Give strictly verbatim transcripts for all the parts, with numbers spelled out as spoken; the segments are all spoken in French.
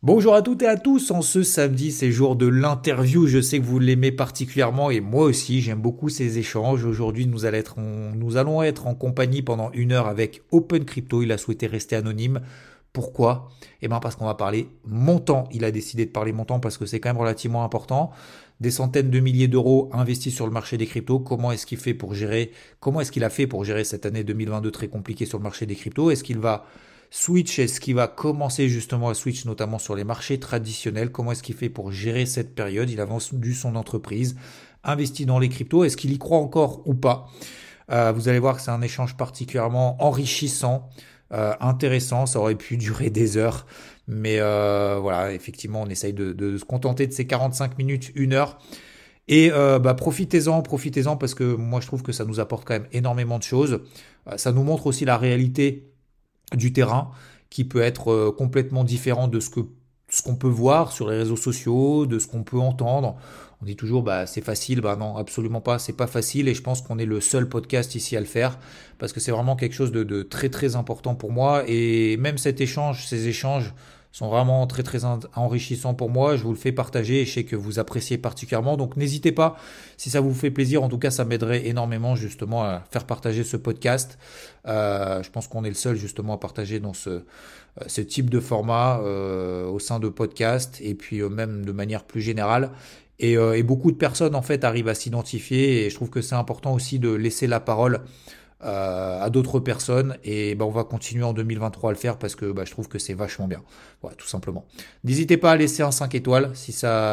Bonjour à toutes et à tous, en ce samedi, c'est jour de l'interview, je sais que vous l'aimez particulièrement et moi aussi, j'aime beaucoup ces échanges. Aujourd'hui, nous allons être en, nous allons être en compagnie pendant une heure avec Open Crypto, il a souhaité rester anonyme. Pourquoi? Eh bien parce qu'on va parler montant, il a décidé de parler montant parce que c'est quand même relativement important. Des centaines de milliers d'euros investis sur le marché des cryptos, comment est-ce qu'il fait pour gérer, comment est-ce qu'il a fait pour gérer cette année deux mille vingt-deux très compliquée sur le marché des cryptos? Est-ce qu'il va Switch, est-ce qu'il va commencer justement à switch notamment sur les marchés traditionnels? Comment est-ce qu'il fait pour gérer cette période? Il a vendu son entreprise, investi dans les cryptos. Est-ce qu'il y croit encore ou pas? Euh, vous allez voir que c'est un échange particulièrement enrichissant, euh, intéressant. Ça aurait pu durer des heures. Mais euh, voilà, effectivement, on essaye de, de se contenter de ces quarante-cinq minutes, une heure. Et euh, bah, profitez-en, profitez-en parce que moi je trouve que ça nous apporte quand même énormément de choses. Euh, ça nous montre aussi la réalité du terrain qui peut être euh, complètement différent de ce que ce qu'on peut voir sur les réseaux sociaux, de ce qu'on peut entendre. On dit toujours bah c'est facile, bah non, absolument pas, c'est pas facile et je pense qu'on est le seul podcast ici à le faire parce que c'est vraiment quelque chose de, de très très important pour moi et même cet échange, ces échanges sont vraiment très très enrichissants pour moi. Je vous le fais partager et je sais que vous appréciez particulièrement. Donc n'hésitez pas, si ça vous fait plaisir, en tout cas ça m'aiderait énormément justement à faire partager ce podcast. Euh, je pense qu'on est le seul justement à partager dans ce, ce type de format euh, au sein de podcasts et puis euh, même de manière plus générale. Et, euh, et beaucoup de personnes en fait arrivent à s'identifier et je trouve que c'est important aussi de laisser la parole euh, à d'autres personnes et ben, on va continuer en deux mille vingt-trois à le faire parce que bah, je trouve que c'est vachement bien. Voilà, tout simplement. N'hésitez pas à laisser un cinq étoiles si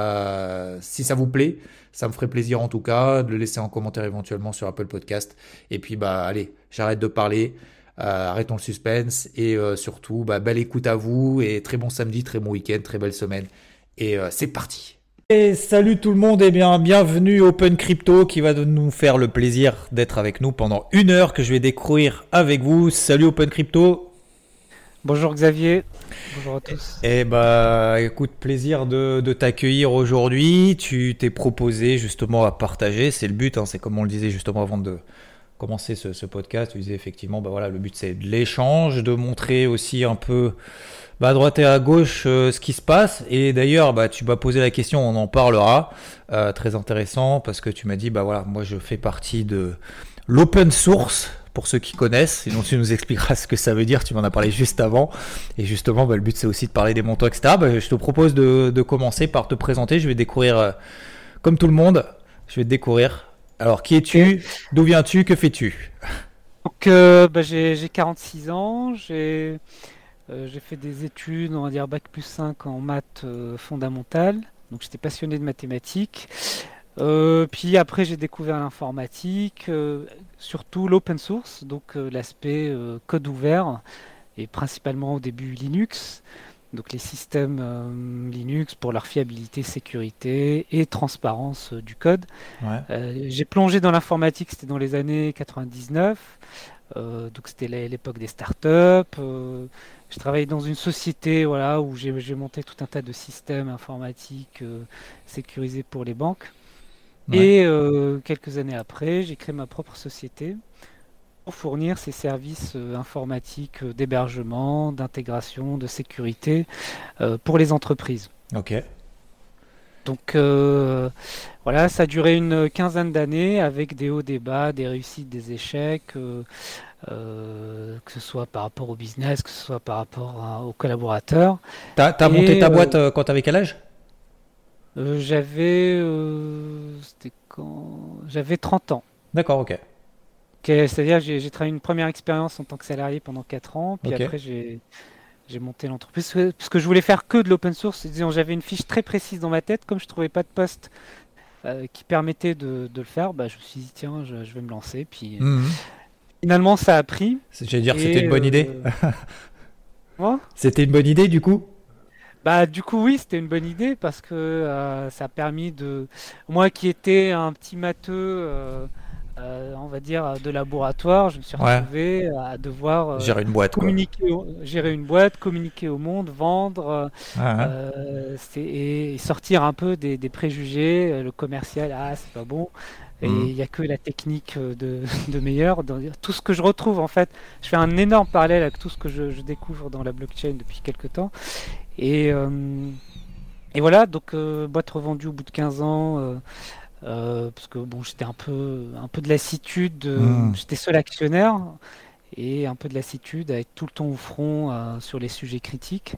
ça, si ça vous plaît. Ça me ferait plaisir en tout cas de le laisser en commentaire éventuellement sur Apple Podcast. Et puis bah allez, j'arrête de parler. Euh, arrêtons le suspense et euh, surtout bah, belle écoute à vous et très bon samedi, très bon week-end, très belle semaine. Et euh, c'est parti. Et salut tout le monde et bien bienvenue Open Crypto qui va nous faire le plaisir d'être avec nous pendant une heure que je vais découvrir avec vous. Salut Open Crypto. Bonjour Xavier, bonjour à tous. Eh bah écoute, plaisir de, de t'accueillir aujourd'hui. Tu t'es proposé justement à partager, c'est le but, hein, c'est comme on le disait justement avant de commencer ce, ce podcast. Tu disais effectivement, bah voilà, le but c'est de l'échange, de montrer aussi un peu bah, à droite et à gauche euh, ce qui se passe. Et d'ailleurs, bah, tu m'as posé la question, on en parlera. Euh, très intéressant parce que tu m'as dit, bah voilà, moi je fais partie de l'open source. Pour ceux qui connaissent, sinon tu nous expliqueras ce que ça veut dire, tu m'en as parlé juste avant. Et justement, bah, le but c'est aussi de parler des montants, et cetera. Bah, je te propose de, de commencer par te présenter. Je vais découvrir, euh, comme tout le monde, je vais te découvrir. Alors, qui es-tu? D'où viens-tu? Que fais-tu? Donc euh, bah, j'ai, j'ai quarante-six ans, j'ai, euh, j'ai fait des études, on va dire bac plus cinq en maths euh, fondamentales. Donc j'étais passionné de mathématiques. Euh, puis après j'ai découvert l'informatique, euh, surtout l'open source, donc euh, l'aspect euh, code ouvert et principalement au début Linux. Donc les systèmes euh, Linux pour leur fiabilité, sécurité et transparence euh, du code. Ouais. Euh, j'ai plongé dans l'informatique, c'était dans les années quatre-vingt-dix-neuf. Euh, donc c'était l'é- l'époque des startups. Euh, je travaillais dans une société voilà, où j'ai j'ai monté tout un tas de systèmes informatiques euh, sécurisés pour les banques. Ouais. Et euh, quelques années après, j'ai créé ma propre société pour fournir ces services euh, informatiques euh, d'hébergement, d'intégration, de sécurité euh, pour les entreprises. Ok. Donc euh, voilà, ça a duré une quinzaine d'années avec des hauts, des bas, des réussites, des échecs, euh, euh, que ce soit par rapport au business, que ce soit par rapport à- aux collaborateurs. T'as, t'as monté Et ta euh, boîte euh, quand t'avais quel âge? euh, j'avais, euh, c'était quand? J'avais trente ans. D'accord, ok. Ok, c'est-à-dire j'ai j'ai travaillé une première expérience en tant que salarié pendant quatre ans, puis Ok. après j'ai j'ai monté l'entreprise parce que parce que je voulais faire que de l'open source. Disons, j'avais une fiche très précise dans ma tête, comme je trouvais pas de poste euh, qui permettait de, de le faire, bah, je me suis dit tiens, je, je vais me lancer. Puis euh, Mhm. finalement ça a pris. C'est- J'allais dire que c'était Et une bonne idée. euh, moi, C'était une bonne idée du coup? bah du coup oui, c'était une bonne idée parce que euh, ça a permis de moi qui étais un petit matheux. euh, euh, on va dire, de laboratoire, je me suis Ouais. retrouvé à devoir euh, Gérer une boîte quoi. communiquer, au- gérer une boîte, communiquer au monde, vendre, euh, Ouais, ouais. euh, c'est- et sortir un peu des, des préjugés, euh, le commercial, ah c'est pas bon. Et Mhm. il n'y a que la technique euh, de, de meilleur. Dans- tout ce que je retrouve, en fait, je fais un énorme parallèle avec tout ce que je, je découvre dans la blockchain depuis quelques temps. Et, euh, et voilà, donc euh, boîte revendue au bout de quinze ans, euh, euh, parce que bon, j'étais un peu, un peu de lassitude, euh, Mhm. j'étais seul actionnaire, et un peu de lassitude à être tout le temps au front euh, sur les sujets critiques.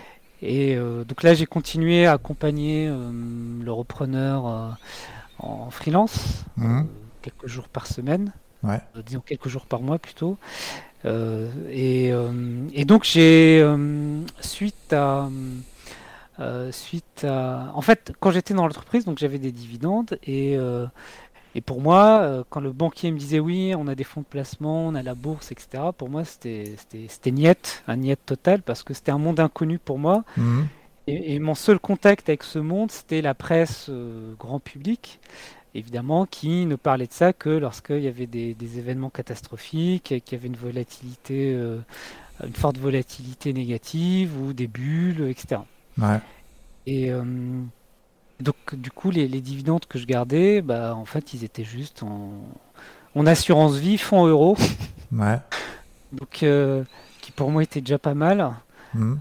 Et euh, donc là, j'ai continué à accompagner euh, le repreneur euh, en freelance, euh, Mhm. quelques jours par semaine, Ouais. euh, disons quelques jours par mois plutôt. Euh, et, euh, et donc j'ai, euh, suite à, euh, suite à, en fait, quand j'étais dans l'entreprise, donc j'avais des dividendes et euh, et pour moi, euh, quand le banquier me disait oui, on a des fonds de placement, on a la bourse, et cetera. Pour moi, c'était c'était c'était niette, un niet total parce que c'était un monde inconnu pour moi. Mhm. Et, et mon seul contact avec ce monde, c'était la presse euh, grand public, évidemment, qui ne parlait de ça que lorsqu'il y avait des, des événements catastrophiques, qu'il y avait une volatilité, euh, une forte volatilité négative ou des bulles, et cetera. Ouais. Et euh, donc, du coup, les, les dividendes que je gardais, bah, en fait, ils étaient juste en, en assurance vie, fonds euros, Ouais. donc euh, qui pour moi était déjà pas mal. Mhm.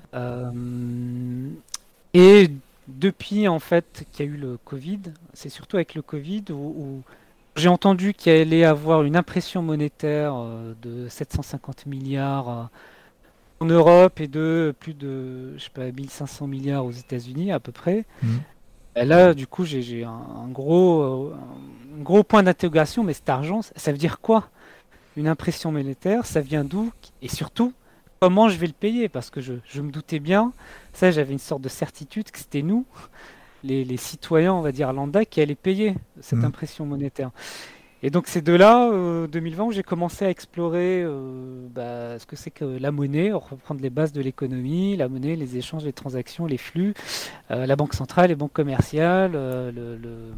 Euh, et depuis en fait qu'il y a eu le Covid, c'est surtout avec le Covid où, où j'ai entendu qu'il allait avoir une impression monétaire euh, de sept cent cinquante milliards euh, en Europe et de plus de, je sais pas, mille cinq cents milliards aux États-Unis à peu près. Mhm. Et là, du coup, j'ai j'ai un, un gros, euh, un gros point d'interrogation, mais cet argent, ça ça veut dire quoi? Une impression monétaire, ça vient d'où? Et surtout, comment je vais le payer? Parce que je, je me doutais bien, ça j'avais une sorte de certitude que c'était nous, les, les citoyens, on va dire lambda, qui allaient payer cette Mhm. impression monétaire. Et donc c'est de là, euh, deux mille vingt, où j'ai commencé à explorer euh, bah, ce que c'est que la monnaie, reprendre les bases de l'économie, la monnaie, les échanges, les transactions, les flux, euh, la banque centrale, les banques commerciales, euh, le, le-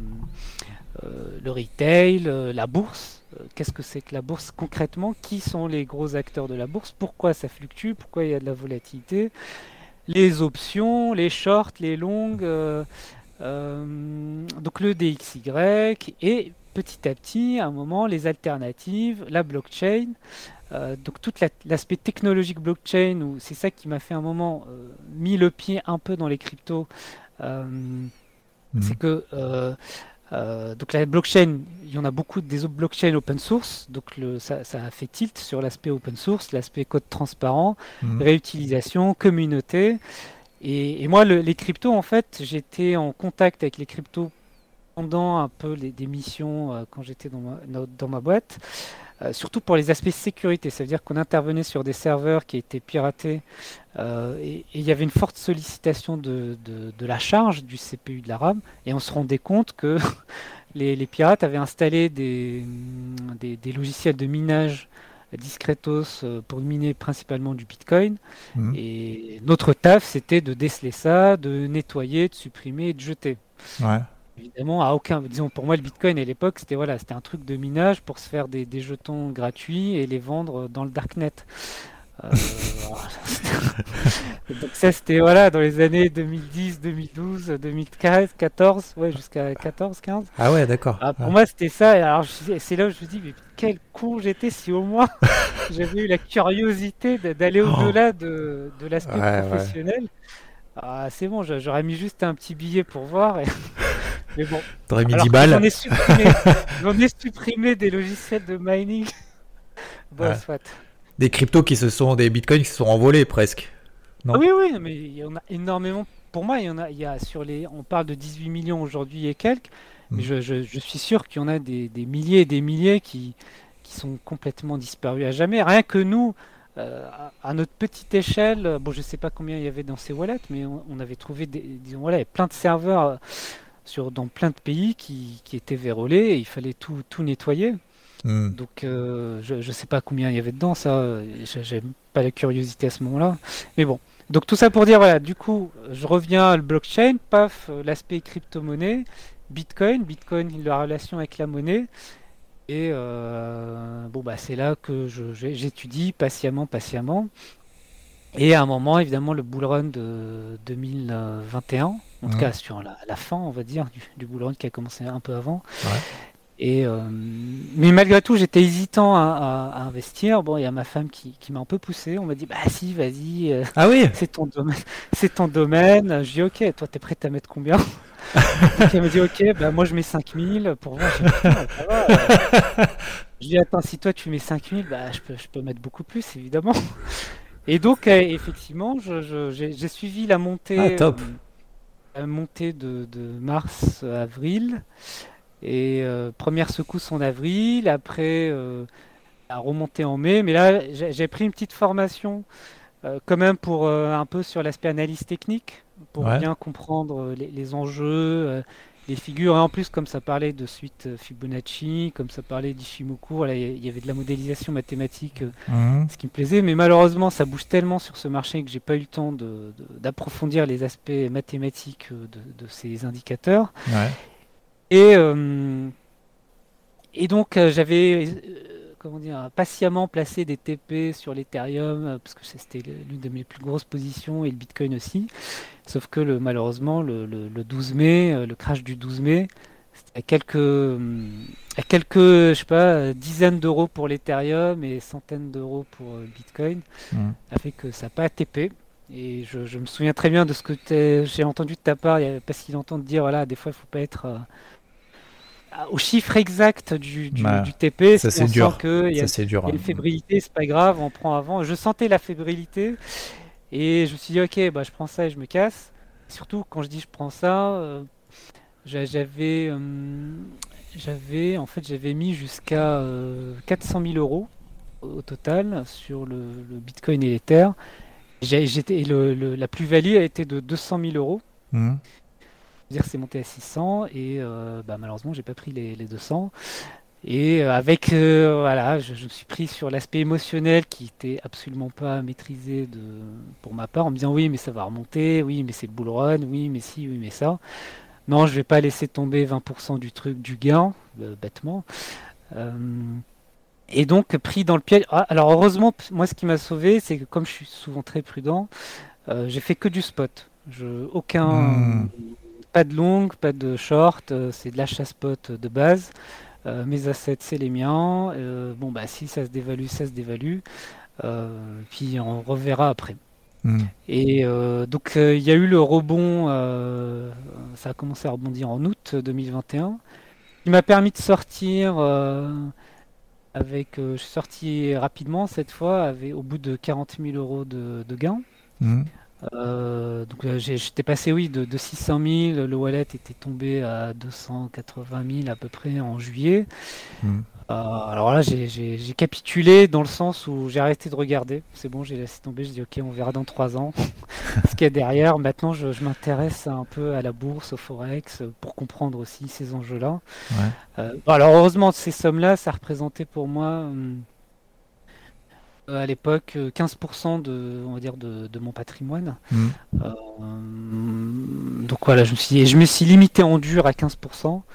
euh, le retail, euh, la bourse. Euh, Qu'est-ce que c'est que la bourse concrètement? Qui sont les gros acteurs de la bourse? Pourquoi ça fluctue? Pourquoi il y a de la volatilité? Les options, les shorts, les longues, euh, euh, donc le D X Y et petit à petit, à un moment, les alternatives, la blockchain, euh, donc tout l'aspect technologique blockchain, où c'est ça qui m'a fait un moment euh, mis le pied un peu dans les cryptos. euh, c'est Mhm. que euh, euh, donc la blockchain, il y en a beaucoup des autres blockchains open source, donc le, ça, ça a fait tilt sur l'aspect open source, l'aspect code transparent, Mhm. réutilisation, communauté. Et, et moi, le- les cryptos, en fait, j'étais en contact avec les cryptos pendant un peu les, des missions euh, quand j'étais dans ma, dans dans ma boîte, euh, surtout pour les aspects sécurité. Ça veut dire qu'on intervenait sur des serveurs qui étaient piratés euh, et et il y avait une forte sollicitation de, de, de la charge du C P U, de la RAM, et on se rendait compte que les, les pirates avaient installé des, mm, des, des logiciels de minage discretos euh, pour miner principalement du Bitcoin. Mhm. Et notre taf, c'était de déceler ça, de nettoyer, de supprimer et de jeter. Ouais. Évidemment, à aucun, disons pour moi, le Bitcoin à l'époque, c'était voilà, c'était un truc de minage pour se faire des, des jetons gratuits et les vendre dans le darknet. Euh, voilà. Donc ça, c'était voilà, dans les années deux mille dix, deux mille douze, deux mille treize, quatorze, ouais, jusqu'à quatorze, quinze. Ah ouais, d'accord. Ah, pour Ouais. moi, c'était ça. Et alors, je- c'est là où je me dis, mais quel con j'étais si au moins j'avais eu la curiosité de- d'aller Oh. au-delà de, de l'aspect Ouais, ouais. professionnel. Ah, c'est bon, j'a- j'aurais mis juste un petit billet pour voir. et- Mais bon, T'aurais mis dix alors que j'en balles. ai supprimé, j'en ai supprimé des logiciels de mining. Bon, Ouais. soit. Des cryptos qui se sont, des bitcoins qui se sont envolés presque. Ah Non? oui, oui, mais il y en a énormément. Pour moi, il y en a, il y a sur les, on parle de dix-huit millions aujourd'hui et quelques, mais Mhm. je, je- je suis sûr qu'il y en a des, des milliers et des milliers qui, qui sont complètement disparus à jamais. Rien que nous, euh, à, à notre petite échelle, euh, bon, je sais pas combien il y avait dans ces wallets, mais on, on avait trouvé des, disons, voilà, il y avait plein de serveurs euh, sur, dans plein de pays qui, qui étaient vérolés et il fallait tout, tout nettoyer. Mhm. Donc, euh, je ne sais pas combien il y avait dedans, ça. J'ai pas la curiosité à ce moment-là. Mais bon. Donc, tout ça pour dire, voilà, du coup, je reviens à le blockchain, paf, euh, l'aspect crypto-monnaie, Bitcoin, Bitcoin, la relation avec la monnaie. Et euh, bon, bah, c'est là que je- j'ai- j'étudie patiemment, patiemment. Et à un moment, évidemment, le bull run de deux mille vingt et un, en tout Mhm. cas sur la, la fin, on va dire, du, du bull run qui a commencé un peu avant. Ouais. Et, euh, mais malgré tout, j'étais hésitant à, à- à investir. Bon, il y a ma femme qui, qui m'a un peu poussé. On m'a dit, bah si, vas-y, euh, Ah oui. c'est ton domaine. C'est ton domaine. Je dis, ok, toi, t'es prête à mettre combien? Donc elle me dit, ok, bah moi je mets cinq mille pour voir. Je dis, putain, ça va. euh. Je dis, attends, si toi tu mets cinq mille, bah je peux, je peux mettre beaucoup plus, évidemment. Et donc, euh, effectivement, je, je- j'ai j'ai suivi la Ah montée, top. euh, la montée de, de mars à avril. Et euh, première secousse en avril, après euh, la remontée en mai. Mais là, j'ai j'ai pris une petite formation euh, quand même pour euh, un peu sur l'aspect analyse technique, pour Ouais. bien comprendre euh, les, les enjeux, euh, les figures. Et en plus, comme ça parlait de suite euh, Fibonacci, comme ça parlait d'Ishimoku, voilà, il y il y avait de la modélisation mathématique, euh, Mhm. ce qui me plaisait. Mais malheureusement, ça bouge tellement sur ce marché que j'ai pas eu le temps de- de- d'approfondir les aspects mathématiques euh, de, de ces indicateurs. Ouais. Et, euh, et donc, euh, j'avais euh, comment dire, patiemment placé des T P sur l'Ethereum, euh, parce que c'était l'une de mes plus grosses positions, et le Bitcoin aussi. Sauf que le, malheureusement, le, le- le douze mai, euh, le crash du douze mai, c'était à quelques, hum, à quelques, je sais pas, euh, dizaines d'euros pour l'Ethereum et centaines d'euros pour euh, le Bitcoin, Mhm. a fait que ça n'a pas T P. Et je, je me souviens très bien de ce que t'es- j'ai entendu de ta part il n'y a pas si longtemps de dire, voilà, des fois, il ne faut pas être euh, au chiffre exact du, du, Ouais. du T P, Ça si on c'est sent dur. qu'il y a, Ça il c'est dur, y a hein. une fébrilité, c'est pas grave, on prend avant. Je sentais la fébrilité et je me suis dit, ok, bah, je prends ça et je me casse. Surtout quand je dis je prends ça, euh, j'a- j'avais, euh, j'avais, en fait, j'avais mis jusqu'à euh, quatre cent mille euros au au total sur le, le Bitcoin et l'Ether. J'ai- J'étais, et le, le- la plus-value a été de deux cent mille euros. Mhm. C'est-à-dire que c'est monté à six cents et euh, bah, malheureusement, j'ai pas pris les, les deux cents. Et euh, avec, euh, voilà, je, je me suis pris sur l'aspect émotionnel qui était absolument pas maîtrisé de, pour ma part, en me disant oui, mais ça va remonter, oui, mais c'est le bull run, oui, mais si, oui, mais ça. Non, je vais pas laisser tomber vingt pour cent du truc, du gain, euh, bêtement. Euh, et donc, pris dans le piège. Ah, alors, heureusement, p- moi, ce qui m'a sauvé, c'est que comme je suis souvent très prudent, euh, j'ai fait que du spot. Je, aucun, Mhm. pas de long, pas de short, euh, c'est de l'achat spot de base. Euh, mes assets, c'est les miens. Euh, bon, bah, si ça se dévalue, ça se dévalue. Euh, puis on reverra après. Mhm. Et euh, donc, euh, il y a eu le rebond. Euh, ça a commencé à rebondir en août deux mille vingt et un. Il m'a permis de sortir euh, avec. Euh, je suis sorti rapidement cette fois, avec, au bout de quarante mille euros de, de gains. Mhm. Euh, donc euh, j'ai- j'étais passé, oui, de, de six cent mille. Le wallet était tombé à deux cent quatre-vingt mille à peu près en juillet. Mhm. Euh, alors là, j'ai j'ai- j'ai capitulé dans le sens où j'ai arrêté de regarder. C'est bon, j'ai laissé tomber. Je dis, ok, on verra dans trois ans ce qu'il y a derrière. Maintenant, je, je m'intéresse un peu à la bourse, au forex, euh, pour comprendre aussi ces enjeux-là. Ouais. Euh, bon, alors heureusement, ces sommes-là, ça représentait pour moi, hum, euh, à l'époque, euh, quinze pour cent de, on va dire, de, de mon patrimoine. Mhm. Euh, hum, donc voilà, je me suis, je me suis limité en dur à quinze pour cent.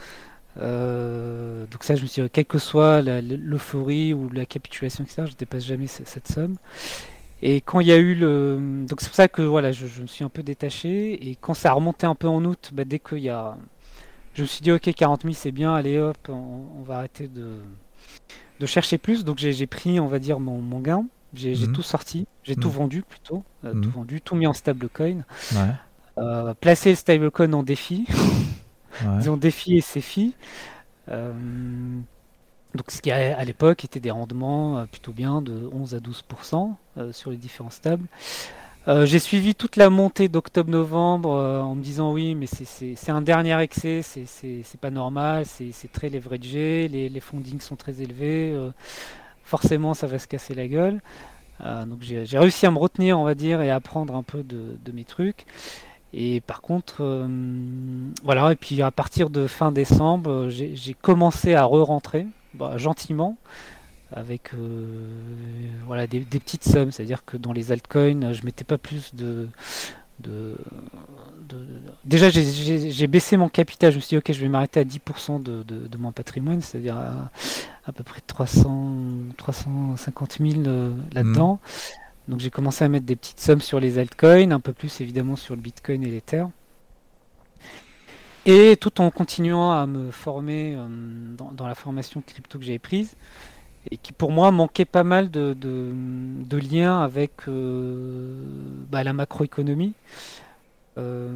Euh, donc ça, je me suis dit, quelle que soit la- l'euphorie ou la capitulation, et cetera, je ne dépasse jamais ce- cette somme. Et quand il y a eu le... Donc c'est pour ça que voilà, je, je me suis un peu détaché. Et quand ça a remonté un peu en août, bah, dès qu'il y a... Je me suis dit, ok, quarante mille, c'est bien, allez hop, on, on va arrêter de, de chercher plus. Donc j'ai j'ai pris, on va dire, mon, mon gain. J'ai j'ai Mhm. tout sorti, j'ai tout Mhm. vendu plutôt, euh, tout Mhm. vendu, tout mis en stablecoin. Ouais. Euh, placé le stablecoin en défi, Ouais. disons défi et séfi. Euh, Donc, ce qui à, à l'époque était des rendements euh, plutôt bien de onze à douze pour cent euh, sur les différents stables. Euh, j'ai suivi toute la montée d'octobre-novembre euh, en me disant oui, mais c'est c'est- c'est un dernier excès, c'est c'est- c'est pas normal, c'est c'est très leveragé, les, les fundings sont très élevés, euh, forcément ça va se casser la gueule. Euh, donc j'ai j'ai réussi à me retenir, on va dire, et à apprendre un peu de, de mes trucs. Et par contre, euh, voilà, et puis à partir de fin décembre, euh, j'ai j'ai commencé à re-rentrer, bah, gentiment, avec euh, voilà, des, des petites sommes. C'est-à-dire que dans les altcoins, je mettais pas plus de... de, de- Déjà, j'ai j'ai- j'ai baissé mon capital. Je me suis dit, ok, je vais m'arrêter à dix pour cent de, de- de mon patrimoine, c'est-à-dire à, à peu près trois cents, trois cent cinquante mille euh, Mhm. là-dedans. Donc j'ai commencé à mettre des petites sommes sur les altcoins, un peu plus évidemment sur le Bitcoin et l'Ether. Et tout en continuant à me former euh, dans, dans la formation crypto que j'avais prise, et qui pour moi manquait pas mal de, de, de liens avec euh, bah, la macroéconomie. Euh,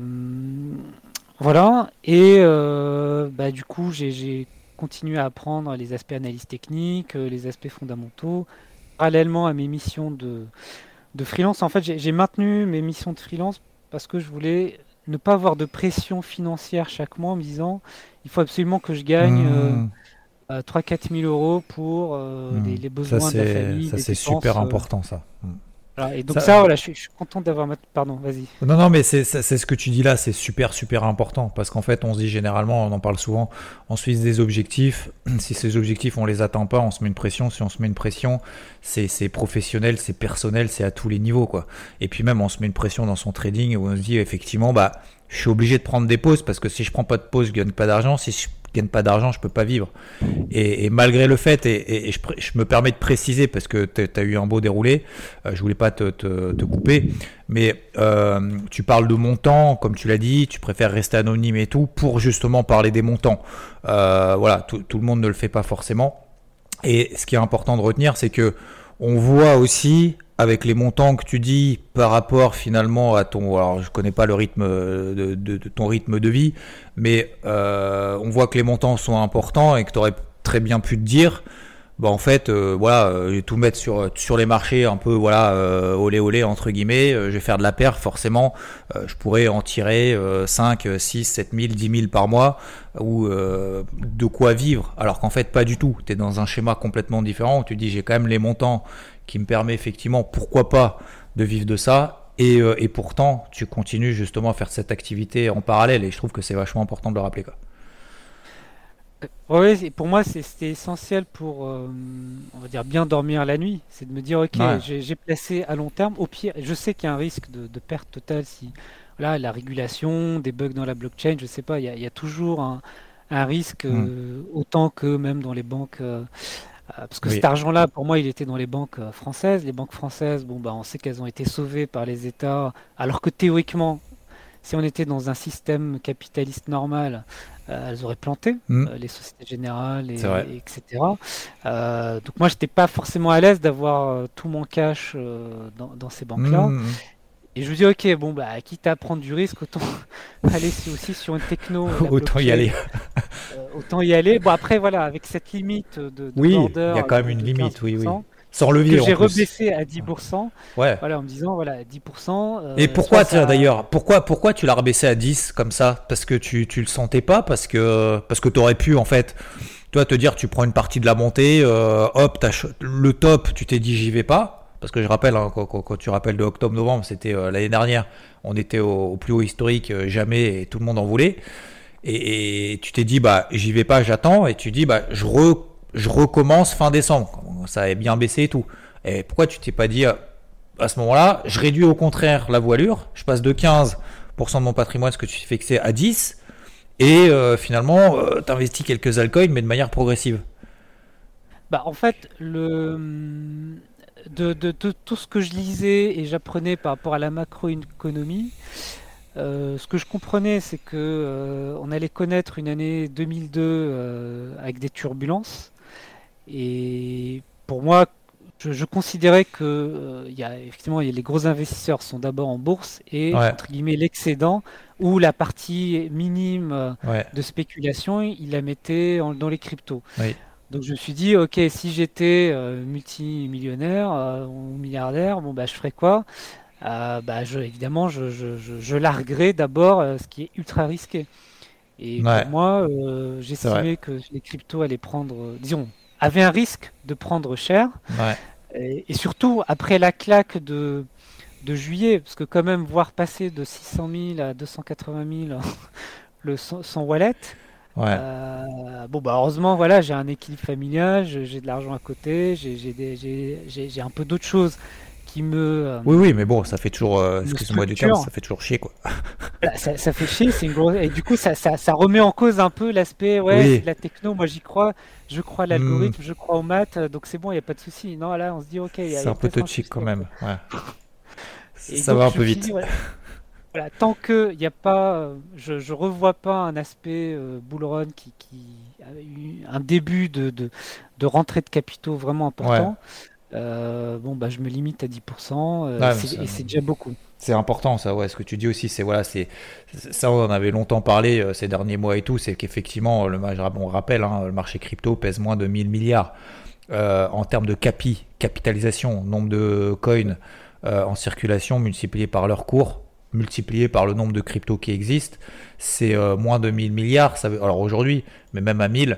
voilà, et euh, bah, du coup j'ai j'ai continué à apprendre les aspects analyse technique, euh, les aspects fondamentaux, parallèlement à mes missions de, de freelance. En fait, j'ai j'ai maintenu mes missions de freelance parce que je voulais ne pas avoir de pression financière chaque mois en me disant il faut absolument que je gagne euh, Hmm, euh, trois à quatre mille euros pour euh, les, hmm. les Ça besoins de la c'est famille, ça les c'est super dépenses. euh, important ça. Hmm. voilà. Et donc Ça, ça, voilà, je suis, je suis content d'avoir... ma- Pardon, vas-y. Non, non, mais c'est c'est- c'est ce que tu dis là, c'est super, super important. Parce qu'en fait, on se dit généralement, on en parle souvent, on se fixe des objectifs. Si ces objectifs, on les atteint pas, on se met une pression. Si on se met une pression, c'est c'est professionnel, c'est personnel, c'est à tous les niveaux, quoi. Et puis même, on se met une pression dans son trading où on se dit, effectivement, bah, je suis obligé de prendre des pauses parce que si je prends pas de pause, je gagne pas d'argent. Si je gagne pas d'argent, je peux pas vivre. Et, et malgré le fait, et, et- et je, pré- je me permets de préciser parce que tu as eu un beau déroulé, euh, je voulais pas te, te- te couper, mais euh, tu parles de montants, comme tu l'as dit, tu préfères rester anonyme et tout pour justement parler des montants. Euh, voilà, tout, tout le monde ne le fait pas forcément. Et ce qui est important de retenir, c'est que on voit aussi avec les montants que tu dis par rapport finalement à ton, alors je connais pas le rythme de, de- de ton rythme de vie, mais euh, on voit que les montants sont importants et que tu aurais très bien pu te dire, bah en fait, euh, voilà, euh, je vais tout mettre sur sur les marchés un peu, voilà, euh, olé olé entre guillemets, euh, je vais faire de la perf, forcément, euh, je pourrais en tirer euh, cinq, six, sept mille, dix mille par mois, ou euh, de quoi vivre, alors qu'en fait pas du tout. Tu es dans un schéma complètement différent où tu dis j'ai quand même les montants qui me permet effectivement, pourquoi pas, de vivre de ça. Et, euh, et pourtant, tu continues justement à faire cette activité en parallèle. Et je trouve que c'est vachement important de le rappeler, quoi. Oui, pour moi, c'est- c'était essentiel pour, euh, on va dire, bien dormir la nuit. C'est de me dire, ok, Ouais. j'ai j'ai placé à long terme. Au pire, je sais qu'il y a un risque de, de perte totale si, voilà, la régulation, des bugs dans la blockchain, je sais pas, il y a, il y a toujours un, un risque, Hmm. euh, autant que même dans les banques. Euh, euh, parce que cet Oui. argent-là, pour moi, il était dans les banques euh, françaises. Les banques françaises, bon, bah, on sait qu'elles ont été sauvées par les États, alors que théoriquement, si on était dans un système capitaliste normal, euh, elles auraient planté, Hmm. euh, les Sociétés Générales, et, C'est vrai. et etc. Euh, donc moi, j'étais pas forcément à l'aise d'avoir euh, tout mon cash euh, dans, dans ces banques-là. Hmm. Et je me dis, ok, bon, bah, quitte à prendre du risque, autant aller su- aussi sur une techno, la Autant y aller. blockchain, euh, autant y aller. Bon, après, voilà, avec cette limite de, de Oui, il border y a quand même de, une de limite, oui, oui. quinze pour cent, Sans que levier en j'ai plus. rebaissé à dix pour cent, Ouais. voilà, en me disant, voilà, dix pour cent, Et euh, soit pourquoi, tiens, ça... d'ailleurs, pourquoi, pourquoi tu l'as rebaissé à dix comme ça? Parce que tu, tu le sentais pas? Parce que, parce que t'aurais pu, en fait, toi, te dire, tu prends une partie de la montée, euh, hop, t'as ch- le top, tu t'es dit, j'y vais pas. Parce que je rappelle, hein, quand, quand- quand tu rappelles de octobre-novembre, c'était euh, l'année dernière, on était au, au plus haut historique, euh, jamais, et tout le monde en voulait. Et, et tu t'es dit, bah, j'y vais pas, j'attends, et tu dis, bah, je, re, je recommence fin décembre. Ça a bien baissé et tout. Et pourquoi tu t'es pas dit, euh, à ce moment-là, je réduis au contraire la voilure, je passe de quinze pour cent de mon patrimoine, ce que tu fais fixer, à dix, et euh, finalement, euh, t'investis quelques altcoins, mais de manière progressive. Bah, en fait, le, de, de- de tout ce que je lisais et j'apprenais par rapport à la macroéconomie, euh, ce que je comprenais, c'est que euh, on allait connaître une année deux mille deux euh, avec des turbulences. Et pour moi, je, je considérais que euh, il y a, effectivement, il y a- les gros investisseurs sont d'abord en bourse et, Ouais, entre guillemets, l'excédent ou la partie minime euh, ouais, de spéculation, ils la mettaient en- dans les cryptos. oui, Donc je me suis dit, ok, si j'étais euh, multimillionnaire euh, ou milliardaire, bon bah je ferais quoi? Euh, bah je, évidemment, je, je, je, je larguerais d'abord euh, ce qui est ultra risqué. Et pour ouais, moi, euh, c'est vrai. j'estimais que les cryptos allaient prendre, euh, disons, avaient un risque de prendre cher. Ouais, Et, et surtout après la claque de, de juillet, parce que quand même voir passer de six cent mille à deux cent quatre-vingt mille le son, son wallet. ouais. Euh, bon, bah heureusement, voilà, j'ai un équilibre familial, je- j'ai de l'argent à côté, j'ai j'ai des- j'ai- j'ai- j'ai un peu d'autres choses qui me, euh, Oui, oui, mais bon, ça fait toujours, euh, qui me excuse-moi du terme, structurent. ça fait toujours chier, quoi. Voilà, ça, ça fait chier, c'est une grosse... Et du coup, ça, ça, ça remet en cause un peu l'aspect, ouais, c'est Oui, de la techno, moi j'y crois, je crois à hmm, l'algorithme, je crois aux maths, euh, donc c'est bon, il n'y a pas de souci. Non, là, on se dit, ok, il y a, il c'est y a un peu peut-être un touchy souci quand en fait. même. Ouais. Et Ça va donc, un je peu me suis dit, vite. voilà. Voilà, tant que il y a pas, euh, je, je revois pas un aspect euh, bull run qui, qui a eu un début de, de, de rentrée de capitaux vraiment Ouais, important, euh, bon bah je me limite à dix pour cent euh, et ouais, mais c'est ça- et c'est déjà beaucoup. c'est important ça, ouais. Ce que tu dis aussi, c'est voilà, c'est c'est- ça, on en avait longtemps parlé euh, ces derniers mois et tout, c'est qu'effectivement, le, ma- on rappelle, hein, le marché crypto pèse moins de mille milliards. Euh, en termes de capi, capitalisation, nombre de coins euh, en circulation multiplié par leur cours, multiplié par le nombre de cryptos qui existent, c'est euh, moins de mille milliards. Ça veut, alors aujourd'hui, mais même à mille,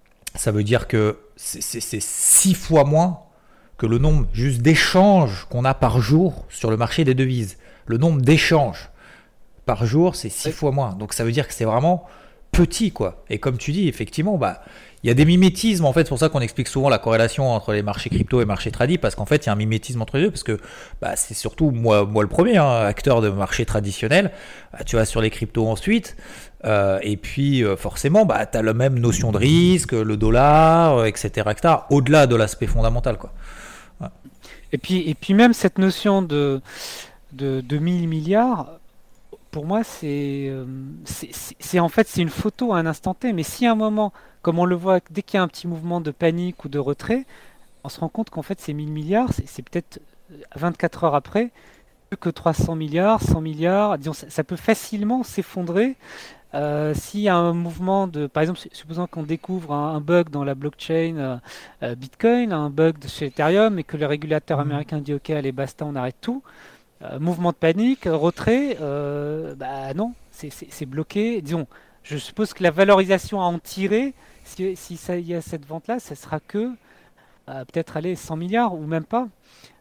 ça veut dire que c'est six fois moins que le nombre juste d'échanges qu'on a par jour sur le marché des devises. Le nombre d'échanges par jour, c'est six Ouais. fois moins. Donc ça veut dire que c'est vraiment petit, quoi. Et comme tu dis, effectivement, bah, il y a des mimétismes, en fait. C'est pour ça qu'on explique souvent la corrélation entre les marchés crypto et marchés tradis, parce qu'en fait, il y a un mimétisme entre les deux, parce que bah, c'est surtout moi, moi le premier, hein, acteur de marché traditionnel. Bah, tu vas sur les cryptos ensuite, euh, et puis euh, forcément, bah, tu as la même notion de risque, le dollar, euh, et cetera, et cetera, au-delà de l'aspect fondamental, quoi. Ouais. Et puis et puis même cette notion de de, de mille milliards, pour moi c'est euh, c'est c'est- c'est- en fait c'est une photo à un instant T, mais si à un moment, comme on le voit, dès qu'il y a un petit mouvement de panique ou de retrait, on se rend compte qu'en fait ces mille milliards, c'est c'est peut-être euh, vingt-quatre heures après plus que trois cents milliards, cent milliards, disons, ça, ça peut facilement s'effondrer euh, s'il y a un mouvement de, par exemple, su- supposons qu'on découvre un, un bug dans la blockchain euh, euh, Bitcoin, un bug de chez Ethereum, et que le régulateur Mm. américain dit OK, allez, basta, on arrête tout. Euh, mouvement de panique, retrait, euh, bah non, c'est c'est- c'est bloqué. Disons, je suppose que la valorisation à en tirer, si, si ça y a cette vente-là, ça sera que euh, peut-être aller cent milliards ou même pas.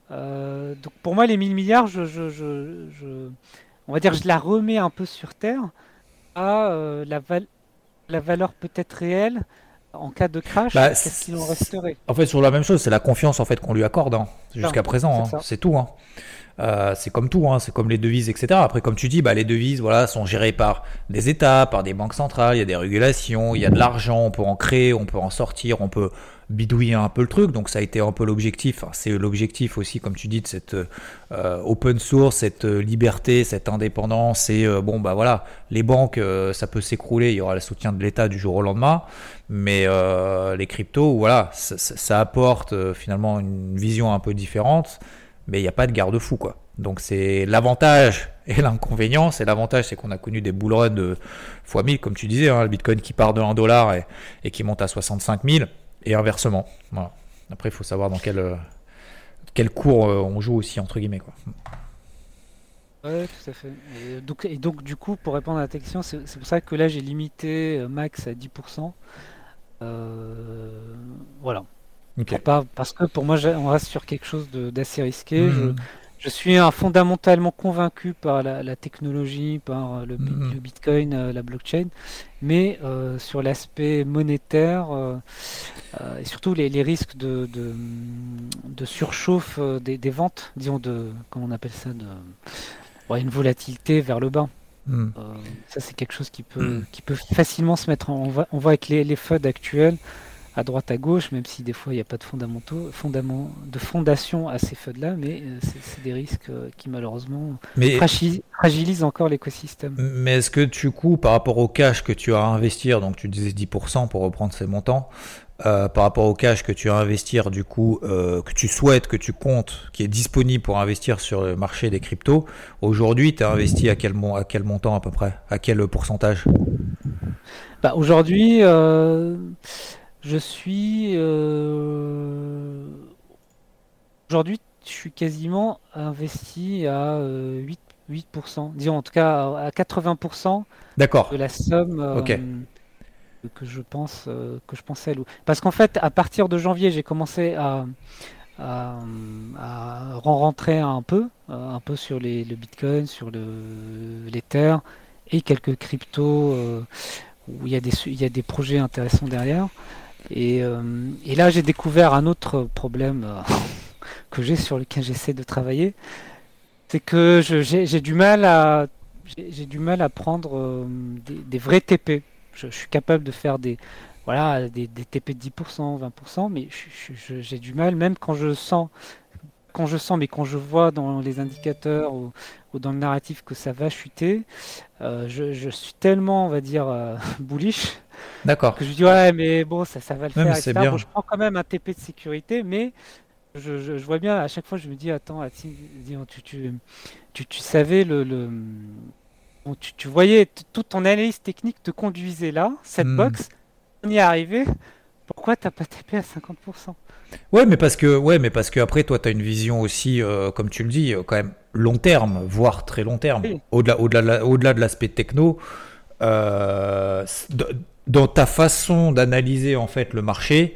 Euh, donc pour moi, les mille milliards, je, je, je, je- on va dire, je la remets un peu sur terre à euh, la, val- la valeur peut-être réelle en cas de crash, Bah, qu'est-ce qu'il en c'est- resterait? en fait, sur la même chose, c'est la confiance en fait qu'on lui accorde, hein, Ça, jusqu'à présent, c'est hein. ça. C'est tout, hein. Euh, c'est comme tout, hein, c'est comme les devises, et cetera. Après, comme tu dis, bah, les devises, voilà, sont gérées par des États, par des banques centrales. Il y a des régulations, il y a de l'argent, on peut en créer, on peut en sortir, on peut bidouiller un peu le truc. Donc, ça a été un peu l'objectif. Enfin, c'est l'objectif aussi, comme tu dis, de cette euh, open source, cette euh, liberté, cette indépendance. Et euh, bon, bah voilà, les banques, euh, ça peut s'écrouler. Il y aura le soutien de l'État du jour au lendemain. Mais euh, les cryptos, voilà, ça, ça- ça apporte euh, finalement une vision un peu différente, mais il n'y a pas de garde-fou, quoi. Donc c'est l'avantage et l'inconvénient. C'est l'avantage, c'est qu'on a connu des bull runs de fois mille, comme tu disais, hein, le Bitcoin qui part de un dollar et, et qui monte à soixante-cinq mille, et inversement. Voilà. Après, il faut savoir dans quel, euh, quel cours euh, on joue aussi, entre guillemets, quoi. Ouais, tout à fait. Et donc, et donc, du coup, pour répondre à ta question, c'est c'est pour ça que là, j'ai limité euh, max à dix pour cent. Euh, voilà. Ok. Pour pas, parce que pour moi, j'ai- on reste sur quelque chose de- d'assez risqué. Je, Mhm. je suis un, fondamentalement convaincu par la, la technologie, par euh, le, bi- Mhm. le Bitcoin, euh, la blockchain, mais euh, sur l'aspect monétaire euh, euh, et surtout les, les risques de, de, de surchauffe euh, des, des ventes, disons de, comment on appelle ça, de, ouais, une volatilité vers le bas. Mhm. Euh, ça, c'est quelque chose qui peut, qui peut facilement se mettre en. On voit, on voit avec les, les F U D actuels, à droite, à gauche, même si des fois il n'y a pas de fondamentaux, fondament, de fondation à ces F U D-là, mais euh, c'est c'est des risques euh, qui malheureusement Mais, fragil- fragilisent encore l'écosystème. mais est-ce que du coup, par rapport au cash que tu as à investir, donc tu disais dix pour cent pour reprendre ces montants, euh, par rapport au cash que tu as à investir, du coup, euh, que tu souhaites, que tu comptes, qui est disponible pour investir sur le marché des cryptos, aujourd'hui, tu as investi à quel, mon- à quel montant à peu près? À quel pourcentage? Bah, aujourd'hui, euh, je suis. euh, Aujourd'hui, je suis quasiment investi à euh, huit, huit pour cent, disons en tout cas à quatre-vingts pour cent D'accord. de la somme Ok. euh, que je pense euh, que je pensais allouer. Parce qu'en fait, à partir de janvier, j'ai commencé à, à, à rentrer un peu, euh, un peu sur les, le Bitcoin, sur le l'Ether et quelques cryptos euh, où il y a des su- il y a des projets intéressants derrière. Et, euh, et là, j'ai découvert un autre problème euh, que j'ai sur lequel j'essaie de travailler, c'est que je- j'ai j'ai du mal à j'ai j'ai du mal à prendre euh, des, des vrais T P. Je, je suis capable de faire des voilà des, des T P de dix pour cent, vingt pour cent, mais je- je- je- j'ai du mal, même quand je sens quand je sens, mais quand je vois dans les indicateurs ou, ou dans le narratif que ça va chuter, euh, je, je suis tellement, on va dire, euh, bullish D'accord. que je dis ouais, mais bon, ça, ça va le Ouais, mais faire, c'est et cetera. Bon, bien. je prends quand même un T P de sécurité, mais je, je- je vois bien à chaque fois, je me dis attends, Atim, dis- tu, tu, tu, tu savais le, le- bon, tu, tu voyais t- toute ton analyse technique te conduisait là, cette Hmm. box, on y est arrivé. Pourquoi t'as pas T P à cinquante pour cent? Ouais, mais parce que, ouais, mais parce que après, toi, tu as une vision aussi, euh, comme tu le dis, euh, quand même long terme, voire très long terme. Oui. Au-delà, au-delà, de la- au-delà de l'aspect techno, euh, c- d- dans ta façon d'analyser en fait le marché,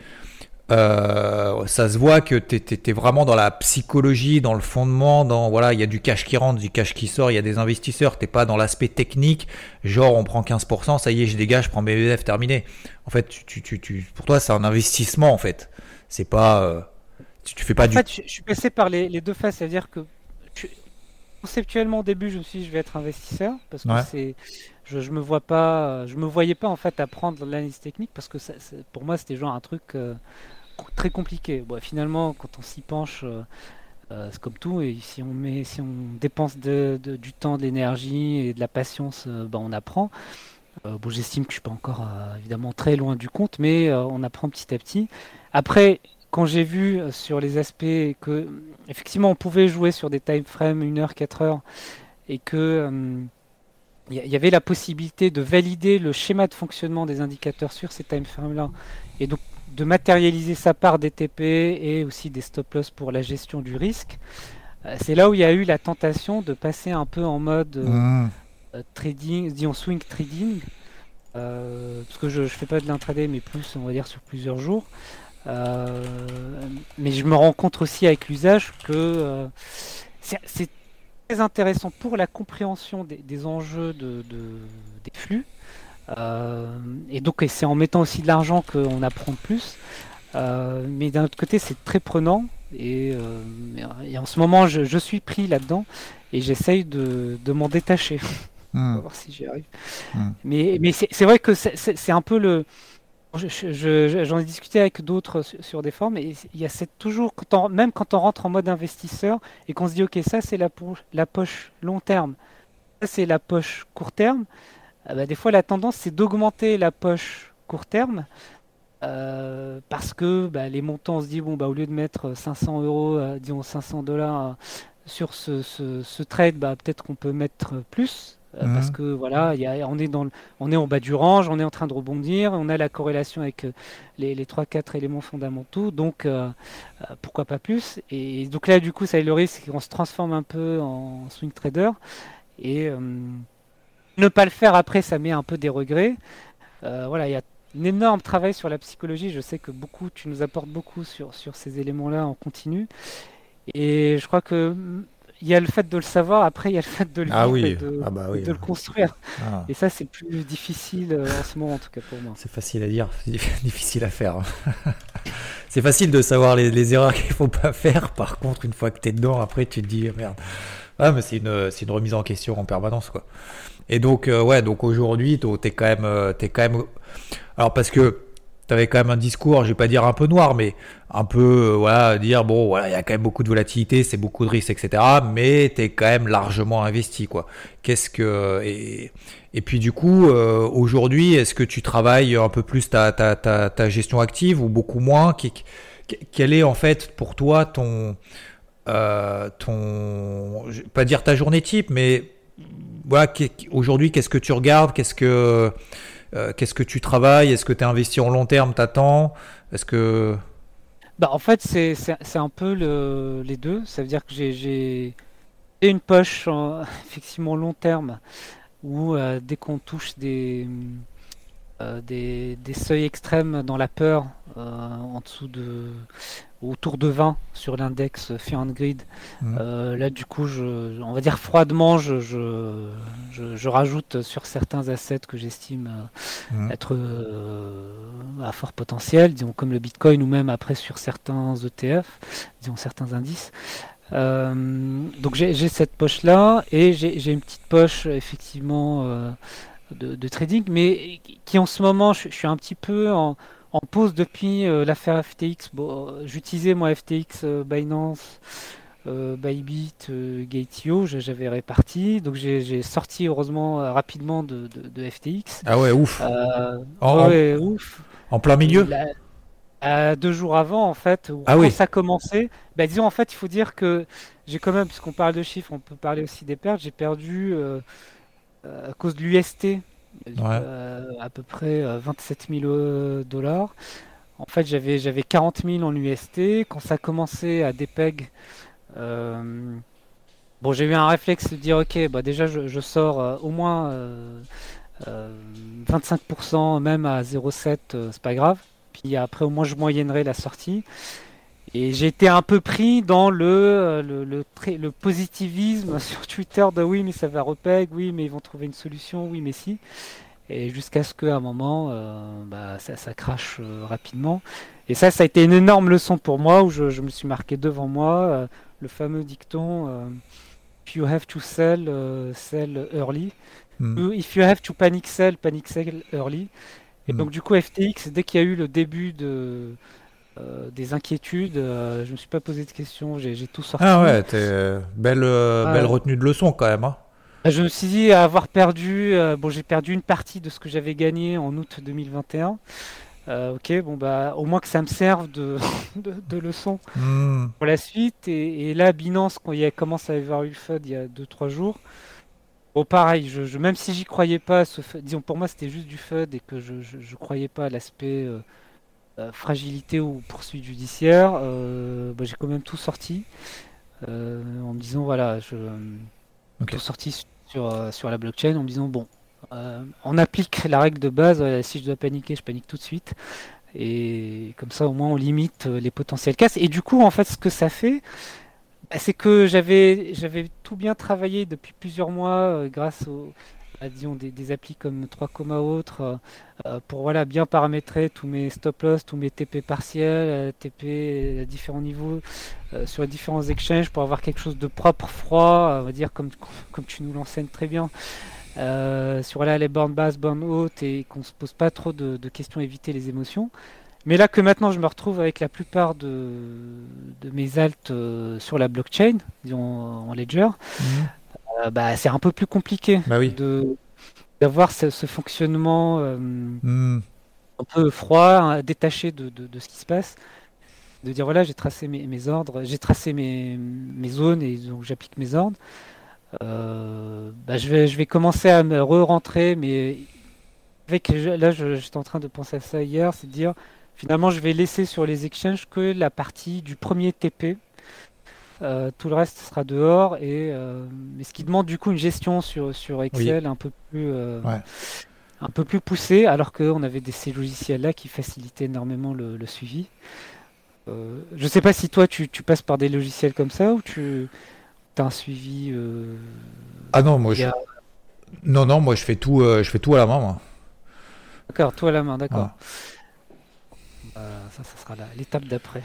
euh, ça se voit que tu es vraiment dans la psychologie, dans le fondement, dans voilà, il y a du cash qui rentre, du cash qui sort, il y a des investisseurs. T'es pas dans l'aspect technique, genre on prend quinze pour cent, ça y est, je dégage, je prends mes E T F, terminé. En fait, tu, tu, tu, tu- pour toi, c'est un investissement en fait. C'est pas, euh, tu, tu fais En pas du. fait, je, je suis passé par les, les deux phases, c'est-à-dire que je- conceptuellement au début, je me suis dit je vais être investisseur parce que Ouais. c'est, je, je me vois pas, je me voyais pas en fait apprendre l'analyse technique parce que ça- c'est- pour moi c'était genre un truc euh, co- très compliqué. Bon, finalement, quand on s'y penche, euh, euh, c'est comme tout et si on met, si on dépense de- de- du temps, de l'énergie et de la patience, euh, ben, on apprend. Euh, bon, j'estime que je suis pas encore euh, évidemment très loin du compte, mais euh, on apprend petit à petit. Après, quand j'ai vu euh, sur les aspects que effectivement on pouvait jouer sur des time frames une heure, quatre heures, et que euh, il y, y avait la possibilité de valider le schéma de fonctionnement des indicateurs sur ces time frames-là, et donc de matérialiser ça par des T P et aussi des stop loss pour la gestion du risque, euh, c'est là où il y a eu la tentation de passer un peu en mode euh, Hmm. euh, trading, disons swing trading, euh, parce que je ne fais pas de l'intraday, mais plus, on va dire, sur plusieurs jours. Euh, mais je me rends compte aussi avec l'usage que euh, c'est c'est très intéressant pour la compréhension des, des enjeux de, de- des flux. Euh, et donc, et c'est en mettant aussi de l'argent qu'on apprend plus. Euh, mais d'un autre côté, c'est très prenant. Et, euh, et en ce moment, je, je suis pris là-dedans et j'essaye de, de m'en détacher. On Hmm. va voir si j'y arrive. Hmm. Mais, mais c'est c'est vrai que c'est c'est- c'est un peu le. je- je- je- J'en ai discuté avec d'autres sur, sur des forums, et il y a cette, toujours, quand on- même quand on rentre en mode investisseur et qu'on se dit, ok, ça c'est la, po- la poche long terme, ça c'est la poche court terme, ah bah, des fois la tendance c'est d'augmenter la poche court terme euh, parce que bah, les montants, on se dit, bon, bah, au lieu de mettre cinq cents euros, euh, disons cinq cents dollars euh, sur ce, ce- ce trade, bah, peut-être qu'on peut mettre plus. euh, Parce Hmm. que voilà, il y a- on est dans le- on est en bas du range, on est en train de rebondir, on a la corrélation avec euh, les, les trois quatre éléments fondamentaux, donc euh, euh, pourquoi pas plus? Et donc là, du coup, ça le risque qu'on se transforme un peu en swing trader et euh, ne pas le faire après, ça met un peu des regrets. Euh, voilà, il y a un énorme travail sur la psychologie. Je sais que beaucoup, tu nous apportes beaucoup sur, sur ces éléments-là en continu. Et je crois que mm, il y a le fait de le savoir, après il y a le fait de le Ah vivre et oui. de, Ah bah et oui. de le construire. Ah. Et ça, c'est plus difficile euh, en ce moment, en tout cas pour moi. C'est facile à dire, c'est difficile à faire. C'est facile de savoir les, les erreurs qu'il faut pas faire. Par contre, une fois que t'es dedans, après tu te dis merde. Ah, mais c'est une, c'est une remise en question en permanence, quoi. Et donc, euh, ouais, donc aujourd'hui, t'es t'es quand même, euh, t'es quand même. Alors parce que t'avais quand même un discours, je vais pas dire un peu noir, mais un peu, euh, voilà, dire bon, voilà, il y a quand même beaucoup de volatilité, c'est beaucoup de risques, et cetera. Mais t'es quand même largement investi, quoi. Qu'est-ce que et et puis du coup, euh, aujourd'hui, est-ce que tu travailles un peu plus ta ta ta, ta gestion active ou beaucoup moins? Qui- qui- Quel est en fait pour toi ton euh, ton, je vais pas dire ta journée type, mais voilà, qu'est- aujourd'hui, qu'est-ce que tu regardes, qu'est-ce que, euh, qu'est-ce que tu travailles, est-ce que tu es investi en long terme, t'attends, est-ce que, Bah, en fait, c'est c'est- c'est un peu le- les deux. Ça veut dire que j'ai j'ai une poche en- effectivement long terme où euh, dès qu'on touche des, euh, des, des seuils extrêmes dans la peur, euh, en dessous de, autour de vingt sur l'index Fear and Greed, hmm, euh, là du coup, je, on va dire froidement, je, je, je- je rajoute sur certains assets que j'estime euh, hmm, être euh, à fort potentiel, disons comme le Bitcoin ou même après sur certains E T F, disons certains indices. Euh, donc j'ai j'ai cette poche-là et j'ai j'ai une petite poche effectivement euh, de, de trading, mais qui en ce moment, je, je suis un petit peu en, en pause depuis euh, l'affaire F T X. Bon, euh, j'utilisais moi F T X, euh, Binance, euh, Bybit, euh, Gate.io, je- j'avais réparti. Donc j'ai j'ai sorti heureusement euh, rapidement de, de, de F T X. Ah ouais, ouf. Euh, En, ouais, en, ouais, ouf. en plein milieu? La- à deux jours avant, en fait, ou Ah quand oui. ça commençait, bah, disons, en fait, il faut dire que j'ai quand même, puisqu'on parle de chiffres, on peut parler aussi des pertes. J'ai perdu euh, euh, à cause de l'U S T Ouais. euh, à peu près euh, vingt-sept mille euh, dollars. En fait, j'avais j'avais quarante mille en U S T. Quand ça a commencé à dépeg, euh, bon, j'ai eu un réflexe de dire, ok, bah déjà, je, je sors euh, au moins euh, euh, vingt-cinq pour cent, même à zéro virgule sept, euh, c'est pas grave. Puis après, au moins, je moyennerai la sortie. Et j'ai été un peu pris dans le, euh, le, le, trai- le positivisme sur Twitter de oui, mais ça va repeg, oui, mais ils vont trouver une solution, oui, mais si. Et jusqu'à ce qu'à un moment, euh, bah, ça, ça crache euh, rapidement. Et ça, ça a été une énorme leçon pour moi où je, je me suis marqué devant moi euh, le fameux dicton euh, If you have to sell, euh, sell early. Hmm. Ou If you have to panic sell, panic sell early. Et Hmm. donc, du coup, F T X, dès qu'il y a eu le début de, euh, des inquiétudes, euh, je me suis pas posé de questions, j'ai j'ai tout Ah sorti. ouais, t'es euh, belle, euh, belle Ouais. retenue de leçon quand même, hein. Je me suis dit avoir perdu, euh, bon, j'ai perdu une partie de ce que j'avais gagné en août deux mille vingt et un. Euh, ok, bon bah au moins que ça me serve de, de, de leçon Hmm. pour la suite. Et, et là, Binance, quand il y a commencé à y avoir eu le F U D il y a deux trois jours, bon pareil, je, je- même si j'y croyais pas, à ce F U D, disons pour moi c'était juste du F U D et que je, je, je croyais pas à l'aspect euh, euh, fragilité ou poursuite judiciaire, euh, bah, j'ai quand même tout sorti euh, en me disant voilà, je Ok. tout sorti sur, euh, sur la blockchain en me disant bon, euh, on applique la règle de base, euh, si je dois paniquer, je panique tout de suite. Et comme ça, au moins, on limite euh, les potentiels casses. Et du coup, en fait, ce que ça fait, bah, c'est que j'avais j'avais tout bien travaillé depuis plusieurs mois euh, grâce aux, à, disons, des, des applis comme trois ou autres euh, euh, pour voilà, bien paramétrer tous mes stop loss, tous mes T P partiels, euh, T P à différents niveaux euh, sur les différents exchanges pour avoir quelque chose de propre, froid, on va dire comme, comme tu nous l'enseignes très bien. Euh, sur voilà, les bornes basses, bornes hautes et qu'on se pose pas trop de, de questions, éviter les émotions. Mais là que maintenant je me retrouve avec la plupart de, de mes alts euh, sur la blockchain, disons en ledger, Hmm. euh, bah, c'est un peu plus compliqué Bah oui. de d'avoir ce, ce fonctionnement euh, Hmm. un peu froid, hein, détaché de, de- de ce qui se passe, de dire voilà j'ai tracé mes, mes ordres, j'ai tracé mes, mes zones et donc j'applique mes ordres. Euh, bah, je vais je vais commencer à me re-rentrer, mais avec là je- j'étais en train de penser à ça hier, c'est de dire finalement je vais laisser sur les exchanges que la partie du premier T P. Euh, tout le reste sera dehors et euh, mais ce qui demande du coup une gestion sur, sur Oui. Excel un peu plus euh, Ouais. un peu plus poussée, alors qu'on avait des, ces logiciels-là qui facilitaient énormément le, le suivi. Euh, je sais pas si toi tu, tu passes par des logiciels comme ça ou tu as un suivi euh, Ah non, moi je, via... non non, moi je fais tout, euh, je fais tout à la main, moi. D'accord, toi à la main, d'accord. Voilà. Euh, ça, ça sera la- l'étape d'après.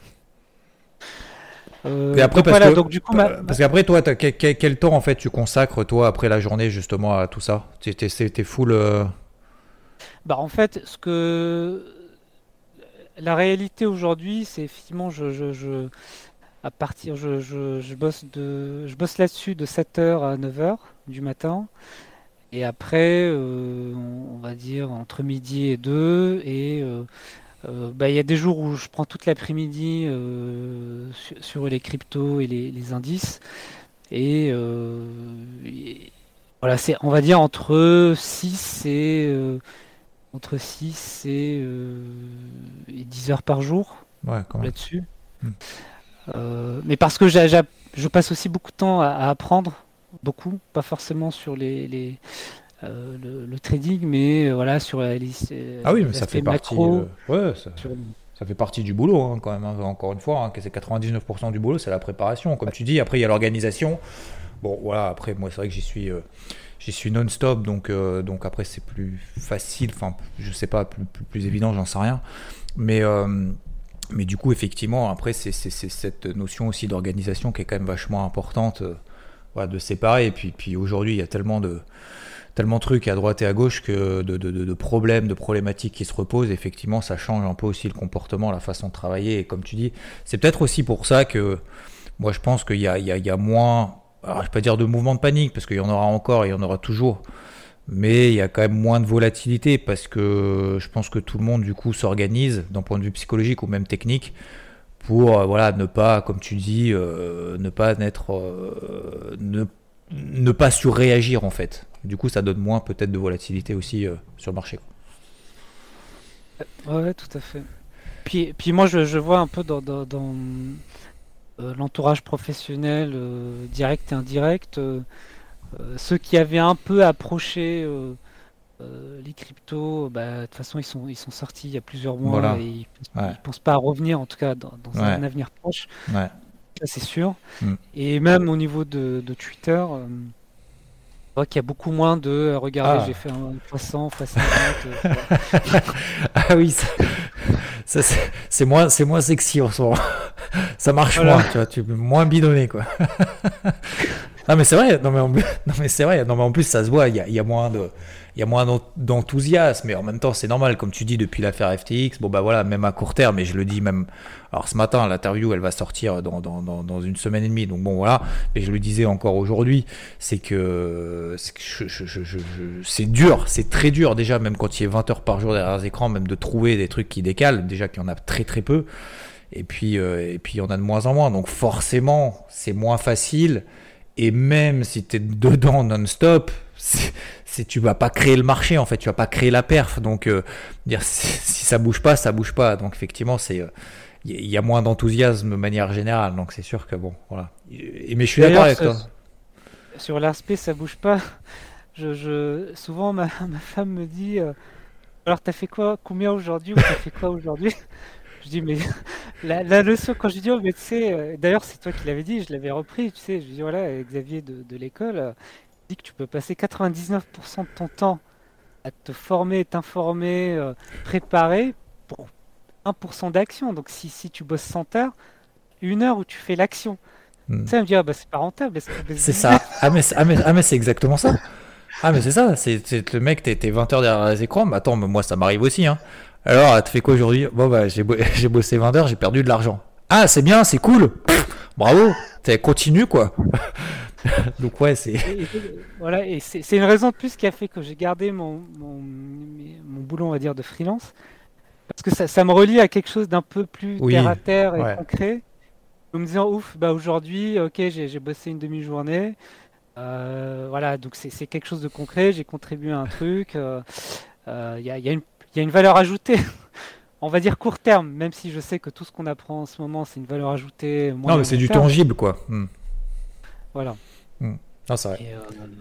Et Euh, après, donc parce voilà, que, donc du coup, ma, ma- parce qu'après, toi, t'as- quel, quel- quel temps en fait tu consacres toi après la journée justement à tout ça? T'es, t'es, c'est- t'es full. euh, bah, en fait, ce que la réalité aujourd'hui, c'est effectivement, je, je, je- à partir, je, je, je bosse de, je bosse là-dessus de sept heures à neuf heures du matin. Et après, euh, on, on va dire entre midi et deux. Et euh, euh, bah, il y a des jours où je prends toute l'après-midi euh, sur, sur les cryptos et les, les indices. Et, euh, et voilà, c'est, on va dire entre six et, euh, entre six et, euh, et dix heures par jour Ouais, quand même. là-dessus. Hmm. Euh, mais parce que j'a- j'a- je passe aussi beaucoup de temps à, à apprendre, beaucoup, pas forcément sur les, les, euh, le, le trading, mais euh, voilà, sur les, les Ah oui, mais ça aspects fait partie. euh, macro. Ouais, ça, Sur... ça fait partie du boulot hein, quand même. Hein, encore une fois, hein, que c'est quatre-vingt-dix-neuf pour cent du boulot, c'est la préparation. Comme tu dis, après il y a l'organisation. Bon, voilà. Après, moi, c'est vrai que j'y suis. euh, J'y suis non-stop, donc, euh, donc après c'est plus facile, enfin je sais pas, plus, plus, plus évident, j'en sais rien. Mais, euh, mais du coup, effectivement, après c'est, c'est, c'est cette notion aussi d'organisation qui est quand même vachement importante, euh, voilà, de séparer. Et puis, puis aujourd'hui, il y a tellement de, tellement de trucs à droite et à gauche que de, de, de, de problèmes, de problématiques qui se reposent. Effectivement, ça change un peu aussi le comportement, la façon de travailler. Et comme tu dis, c'est peut-être aussi pour ça que moi je pense qu'il y a, il y a, il y a moins, alors je vais pas dire de mouvement de panique, parce qu'il y en aura encore et il y en aura toujours, mais il y a quand même moins de volatilité, parce que je pense que tout le monde du coup s'organise d'un point de vue psychologique ou même technique pour euh, voilà, ne pas, comme tu dis, euh, ne pas n'être, euh, ne, ne pas surréagir en fait. Du coup, ça donne moins peut-être de volatilité aussi euh, sur le marché. Ouais, ouais, tout à fait. Puis, puis moi, je, je vois un peu dans, dans, dans, euh, l'entourage professionnel, euh, direct et indirect, euh, euh, ceux qui avaient un peu approché euh, euh, les cryptos, bah, de toute façon, ils sont, ils sont sortis il y a plusieurs mois Voilà. et ils, Ouais. ils pensent pas à revenir, en tout cas dans, dans Ouais. un avenir proche, Ouais. ça c'est sûr. Mm. Et même au niveau de, de Twitter, euh, je vois qu'il y a beaucoup moins de euh, regardez, Ah. j'ai fait un fois cent, fois cinquante. euh, tu vois. Ah oui, ça, ça, c'est c'est moins, c'est moins sexy en ce moment. Ça marche Voilà. moins, tu vois, tu es moins bidonné quoi. Non mais c'est vrai, non mais, en, non mais c'est vrai, non mais en plus ça se voit, il y a, il y a moins de, il y a moins d'en- d'enthousiasme, mais en même temps c'est normal, comme tu dis depuis l'affaire F T X, bon bah voilà, même à court terme, et je le dis même, alors ce matin l'interview elle va sortir dans, dans, dans, dans une semaine et demie, donc bon voilà, et je le disais encore aujourd'hui, c'est que, c'est, que je, je, je, je, je- c'est dur, c'est très dur déjà, même quand il y a vingt heures par jour derrière les écrans, même de trouver des trucs qui décalent, déjà qu'il y en a très très peu, et puis, euh, et puis il y en a de moins en moins, donc forcément c'est moins facile. Et même si tu es dedans non-stop, c'est, c'est, tu vas pas créer le marché en fait, tu vas pas créer la perf. Donc, euh, dire si, si ça bouge pas, ça bouge pas. Donc effectivement, c'est il euh, y, y a moins d'enthousiasme de manière générale. Donc c'est sûr que bon, voilà. Et, mais je suis d'accord D'ailleurs, avec ce- toi. sur l'aspect, ça bouge pas. Je, je, souvent, ma, ma femme me dit euh, alors, t'as fait quoi? Combien aujourd'hui? Ou t'as fait quoi aujourd'hui? Je dis, mais la, la leçon, quand je dis, oh, mais tu sais, euh, d'ailleurs, c'est toi qui l'avais dit, je l'avais repris, tu sais, je dis, voilà, euh, Xavier de, de l'école, euh, dit que tu peux passer quatre-vingt-dix-neuf pour cent de ton temps à te former, t'informer, euh, préparer pour un pour cent d'action. Donc, si, si tu bosses cent heures, une heure où tu fais l'action. Hmm. Ça, elle me dit, ah, bah, c'est pas rentable, laisse tomber ce C'est business. ça. Ah mais, c'est- ah, mais, ah, mais c'est exactement ça. Ah mais c'est ça. C'est, c'est le mec, t'es, t'es vingt heures derrière les écrans. Mais attends, mais moi ça m'arrive aussi. Hein. Alors, tu fais quoi aujourd'hui? Bon bah j'ai, bo- j'ai bossé vingt heures, j'ai perdu de l'argent. Ah c'est bien, c'est cool. Pff, bravo. T'es continue quoi. Donc ouais, c'est. Et, et- voilà, et c'est c'est une raison de plus qui a fait que j'ai gardé mon, mon, mes- mon boulot, on va dire, de freelance. Parce que ça, ça me relie à quelque chose d'un peu plus terre Oui. à terre et Ouais. concret. En me disant, ouf, bah aujourd'hui, ok, j'ai j'ai bossé une demi-journée. Euh, voilà, donc c'est c'est quelque chose de concret, j'ai contribué à un truc. euh, euh, Il y a, il y a une, il y a une valeur ajoutée, on va dire court terme, même si je sais que tout ce qu'on apprend en ce moment, c'est une valeur ajoutée Non mais c'est moyen-long du terme. tangible quoi. Hmm. Voilà. Hmm. Non c'est vrai. Et, euh,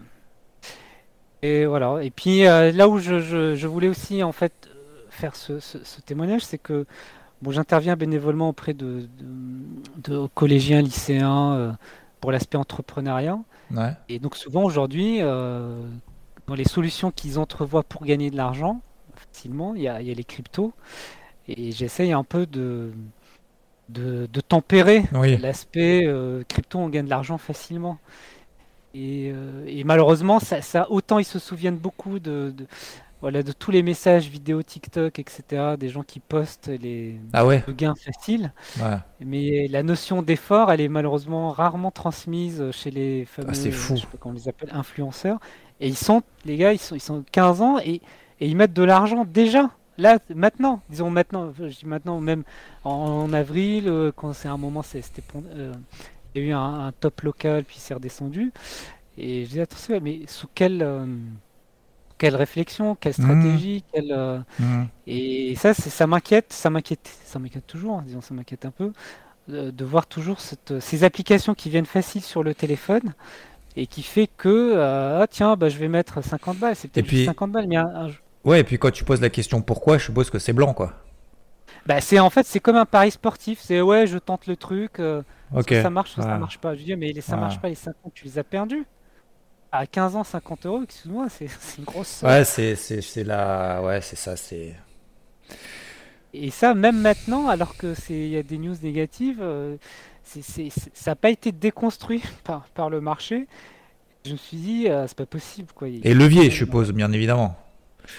et voilà. Et puis euh, là où je, je- je voulais aussi en fait euh, faire ce, ce- ce témoignage, c'est que bon, j'interviens bénévolement auprès de, de- de collégiens, lycéens euh, pour l'aspect entrepreneuriat. Ouais. Et donc souvent aujourd'hui, euh, dans les solutions qu'ils entrevoient pour gagner de l'argent facilement, il y a, il y a les cryptos. Et j'essaye un peu de, de, de tempérer Oui. l'aspect euh, crypto, on gagne de l'argent facilement. Et, euh, et malheureusement, ça, ça, autant ils se souviennent beaucoup de, de, voilà, de tous les messages vidéo TikTok, et cetera, des gens qui postent les, Ah ouais. le gain facile. Ouais. Mais la notion d'effort, elle est malheureusement rarement transmise chez les Ah, c'est fameux, fou. je sais pas comment on les appelle, influenceurs. Et ils sont, les gars, ils sont, ils sont quinze ans et, et ils mettent de l'argent déjà. Là, maintenant, disons maintenant, je dis maintenant, même en, en avril, euh, quand c'est un moment, c'est- c'était, pon- euh, il y a eu un, un top local, puis c'est redescendu. Et je dis attention, mais sous quelle, euh, quelle réflexion, quelle Hmm. stratégie, quelle, euh, Hmm. et ça, c'est- ça m'inquiète, ça m'inquiète, ça m'inquiète toujours, hein, disons, ça m'inquiète un peu, de, de voir toujours cette- ces applications qui viennent faciles sur le téléphone et qui fait que, euh, ah tiens, bah, je vais mettre cinquante balles, c'est Et peut-être juste puis, cinquante balles, mais un- un- ouais, et puis quand tu poses la question pourquoi, je suppose que c'est blanc, quoi. bah, c'est en fait, c'est comme un pari sportif, c'est ouais, je tente le truc, euh, Ok. soit ça marche, soit ça Ouais. marche pas. Je dis, mais les- ça marche Ouais. pas, les cinquante, tu les as perdus. À quinze ans, cinquante euros, excuse-moi, c'est c'est une grosse somme. Ouais, c'est, c'est, c'est la, ouais, c'est ça, c'est. Et ça, même maintenant, alors que c'est, il y a des news négatives, euh, c'est, c'est- c'est- ça n'a pas été déconstruit par, par le marché. Je me suis dit, euh, c'est pas possible, quoi. Il Et faut quand levier, je même. suppose, bien évidemment.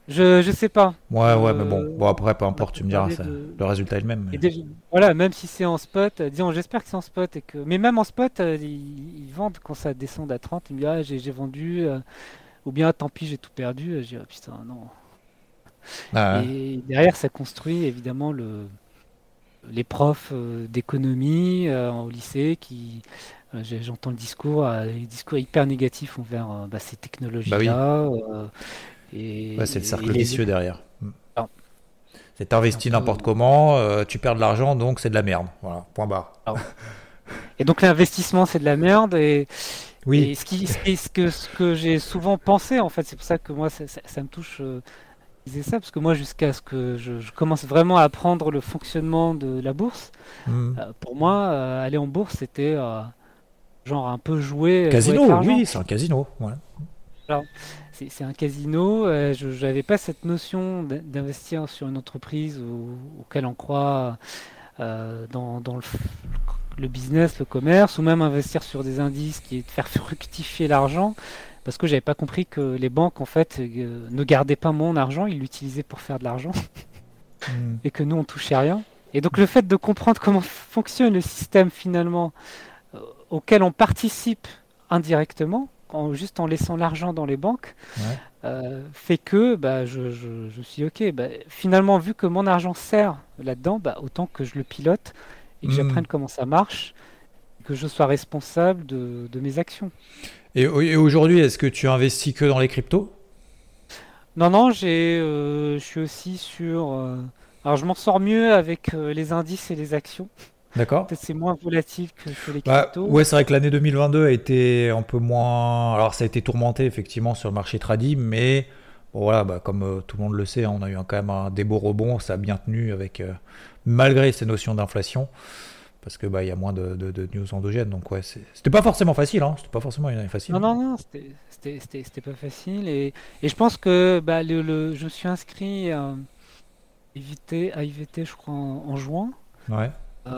Je je sais pas. Ouais, ouais, mais bon. Euh, Bon, après, peu on a importe, tu peut-être me diras, parlé ça, de. le résultat est le même. Et mais- déjà, voilà, même si c'est en spot, euh, disons, j'espère que c'est en spot et que. Mais même en spot, euh, ils, ils vendent quand ça descend à trente. Ils me disent, ah, j'ai j'ai vendu, euh, ou bien tant pis, j'ai tout perdu. Euh, Je dis, ah, putain, non. Ah, ouais. Et derrière, ça construit évidemment le, les profs euh, d'économie euh, au lycée qui. euh, j'ai- J'entends le discours, euh, les discours hyper négatifs envers euh, bah, ces Bah oui, technologies-là. euh, ouais, c'est le et, et cercle les. vicieux derrière. Mm. Alors, C'est c'est un t'investis peu. n'importe comment, euh, tu perds de l'argent, donc c'est de la merde. Voilà, point barre. Alors, et donc l'investissement, c'est de la merde. Et, Oui. et ce qui, ce qui- ce que, ce que j'ai souvent pensé, en fait, c'est pour ça que moi, ça, ça- ça me touche. Euh, je disais ça, parce que moi, jusqu'à ce que je, je commence vraiment à apprendre le fonctionnement de la bourse, Mm. euh, pour moi, euh, aller en bourse, c'était euh, genre un peu jouer, jouer avec Casino, l'argent. oui, c'est un casino. Ouais. Alors, c'est c'est un casino. Euh, je n'avais pas cette notion d- d'investir sur une entreprise au- auquel on croit euh, dans, dans le, f- le business, le commerce, ou même investir sur des indices qui est de faire fructifier l'argent. Parce que j'avais pas compris que les banques, en fait, euh, ne gardaient pas mon argent, ils l'utilisaient pour faire de l'argent, Mm. et que nous, on touchait rien. Et donc, le fait de comprendre comment fonctionne le système, finalement, euh, auquel on participe indirectement, en, juste en laissant l'argent dans les banques, Ouais. euh, fait que bah, je, je, je suis ok. Bah, finalement, vu que mon argent sert là-dedans, bah, autant que je le pilote et que Mm. j'apprenne comment ça marche, que je sois responsable de, de mes actions. Et, et aujourd'hui, est-ce que tu investis que dans les cryptos? Non, non, j'ai, euh, je suis aussi sur. euh, Alors, je m'en sors mieux avec euh, les indices et les actions. D'accord. Peut-être c'est moins volatile que, que les Bah, cryptos. ouais, c'est vrai que l'année deux mille vingt-deux a été un peu moins. Alors, ça a été tourmenté effectivement sur le marché tradi, mais bon, voilà, bah, comme euh, tout le monde le sait, hein, on a eu un- quand même un des beaux rebonds, ça a bien tenu avec euh, malgré ces notions d'inflation, parce que bah il y a moins de, de- de news endogènes, donc ouais, c'est- c'était pas forcément facile, hein, c'était pas forcément une année facile. Non, non, non, c'était c'était- c'était- c'était pas facile. Et, et je pense que bah, le, le- je me suis inscrit à I V T, à I V T, je crois, en, en juin. Ouais.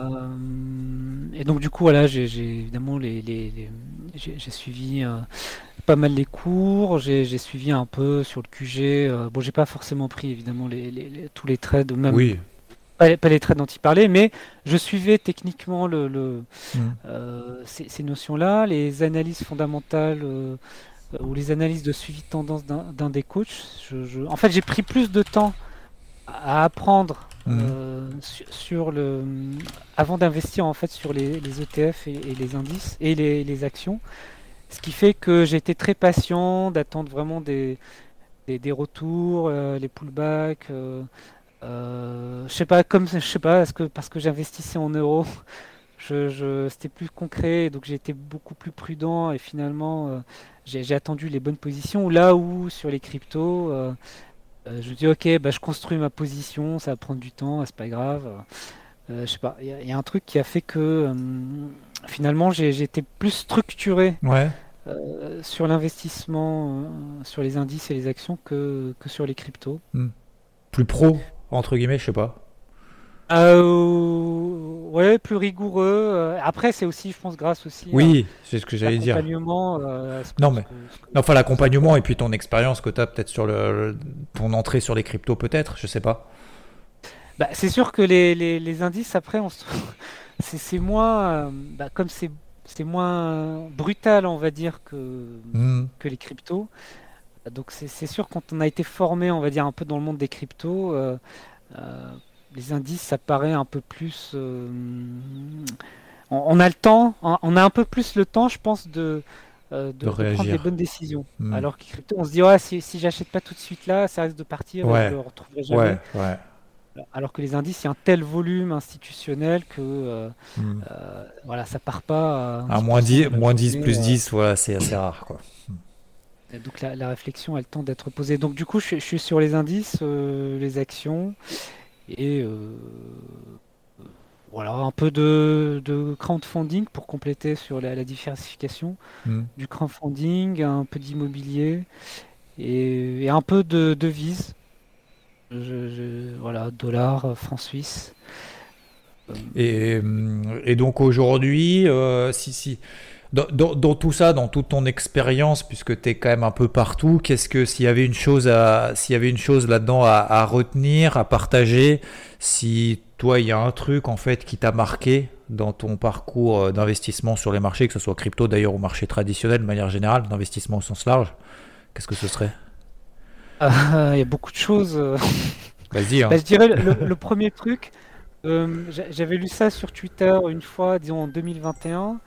Euh, et donc, du coup, voilà, j'ai j'ai évidemment les, les- les- j'ai j'ai suivi euh, pas mal les cours, j'ai j'ai suivi un peu sur le Q G. Euh, bon, j'ai pas forcément pris évidemment les, les- les- tous les trades, même Oui. pas, les pas les trades dont il parlait, mais je suivais techniquement le, le, Mm. euh, ces, ces notions-là, les analyses fondamentales euh, ou les analyses de suivi de tendance d'un d'un des coachs. Je- je- En fait, j'ai pris plus de temps à apprendre Mm. euh, su- sur le, avant d'investir en fait sur les, les E T F et, et les indices et les, les actions. Ce qui fait que j'ai été très patient d'attendre vraiment des, des, des retours, euh, les pullbacks. Euh, euh, je sais pas, comme je sais pas, est-ce que parce que j'investissais en euros, je, je- c'était plus concret, donc j'ai été beaucoup plus prudent et finalement euh, j'ai j'ai attendu les bonnes positions. Là où sur les cryptos, euh, euh, je me dis ok, bah, je construis ma position, ça va prendre du temps, c'est pas grave. Euh, je sais pas, il y, a il y a un truc qui a fait que euh, finalement j'ai j'ai été plus structuré Ouais. euh, sur l'investissement, euh, sur les indices et les actions que, que sur les cryptos. Mm. Plus pro entre guillemets, je sais pas. Euh, ouais, plus rigoureux. euh, Après, c'est aussi, je pense, grâce aussi à Oui, c'est ce que j'allais dire. l'accompagnement, euh, à ce que, Non ce mais que, ce que- enfin ce que- l'accompagnement et puis ton expérience que tu as peut-être sur le, le- ton entrée sur les cryptos peut-être, je sais pas. Bah, c'est sûr que les, les, les indices, après, on se... c'est c'est moins, euh, bah, comme c'est c'est moins brutal, on va dire, que, Mm. que les cryptos. Donc, c'est c'est sûr, quand on a été formé, on va dire, un peu dans le monde des cryptos, euh, euh, les indices, ça paraît un peu plus. euh, on, on a le temps, on, on a un peu plus le temps, je pense, de, euh, De de, de prendre les réagir. bonnes décisions. Mm. Alors que crypto, on se dit, ouais, si, si j'achète pas tout de suite là, ça risque de partir et je Ouais, le retrouverai ouais, jamais. ouais. Alors que les indices, il y a un tel volume institutionnel que euh, Mm. euh, voilà, ça part pas à À dix moins pour cent dix, dans la moins dix journée. plus euh, dix, voilà, c'est assez rare, quoi. et donc la, la réflexion a le temps d'être posée. Donc du coup, je, suis je suis sur les indices, euh, les actions et euh, voilà, un peu de, de crowdfunding pour compléter sur la, la diversification. Mm. Du crowdfunding, un peu d'immobilier et, et un peu de devises. Je, je- voilà, dollars, euh, francs suisses. Euh, Et, mm, et donc aujourd'hui, euh, si, si. Dans, dans, dans tout ça, dans toute ton expérience, puisque tu es quand même un peu partout, qu'est-ce que s'il y avait une chose à, s'il y avait une chose là-dedans à, à retenir, à partager, si toi il y a un truc en fait qui t'a marqué dans ton parcours d'investissement sur les marchés, que ce soit crypto d'ailleurs ou marché traditionnel de manière générale, d'investissement au sens large, qu'est-ce que ce serait? Euh, Il y a beaucoup de choses. euh. Vas-y, Bah, hein. je dirais le, le premier truc, euh, j'a- j'avais lu ça sur Twitter une fois, disons en deux mille vingt et un,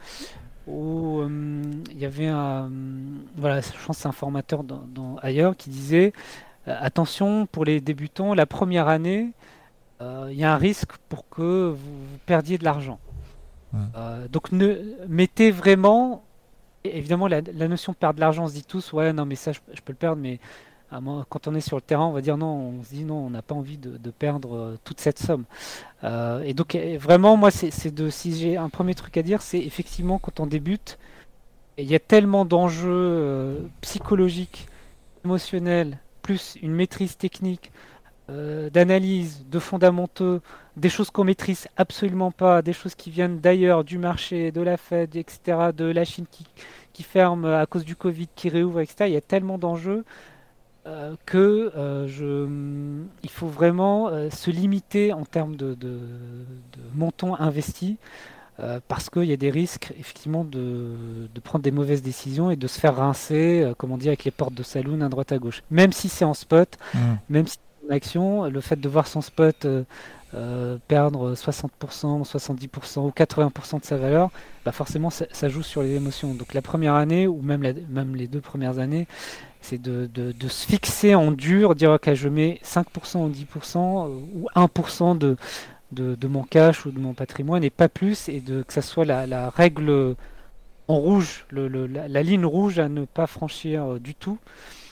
où euh, il y avait un, voilà, je pense que c'est un formateur dans, dans- ailleurs qui disait euh, attention pour les débutants, la première année, euh, il y a un risque pour que vous, vous perdiez de l'argent. Hum, Euh, donc ne mettez vraiment, et évidemment la, la notion de perdre de l'argent, on se dit tous ouais non mais ça je, je peux le perdre, mais à moi, quand on est sur le terrain, on va dire non, on se dit non, on n'a pas envie de, de perdre euh, toute cette somme. Euh, et donc euh, vraiment, moi, c'est c'est de, si j'ai un premier truc à dire, c'est effectivement quand on débute, il y a tellement d'enjeux euh, psychologiques, émotionnels, plus une maîtrise technique, euh, d'analyse, de fondamentaux, des choses qu'on maîtrise absolument pas, des choses qui viennent d'ailleurs, du marché, de la Fed, et cetera, de la Chine qui, qui ferme à cause du Covid, qui réouvre, et cetera. Il y a tellement d'enjeux euh, que euh, je, il faut vraiment euh, se limiter en termes de, de, de montant investi euh, parce qu'il y a des risques effectivement de, de prendre des mauvaises décisions et de se faire rincer, euh, comme on dit, avec les portes de saloon à droite à gauche. Même si c'est en spot, hum. même si c'est en action, le fait de voir son spot euh, euh, perdre soixante pour cent, soixante-dix pour cent ou quatre-vingts pour cent de sa valeur, bah forcément ça, ça joue sur les émotions. Donc la première année ou même, la- même les deux premières années, c'est de, de- de se fixer en dur, dire ok je mets cinq pour cent ou dix pour cent euh, ou un pour cent de, de, de mon cash ou de mon patrimoine et pas plus, et de, que ça soit la, la règle en rouge, le, le- la, la ligne rouge à ne pas franchir euh, du tout,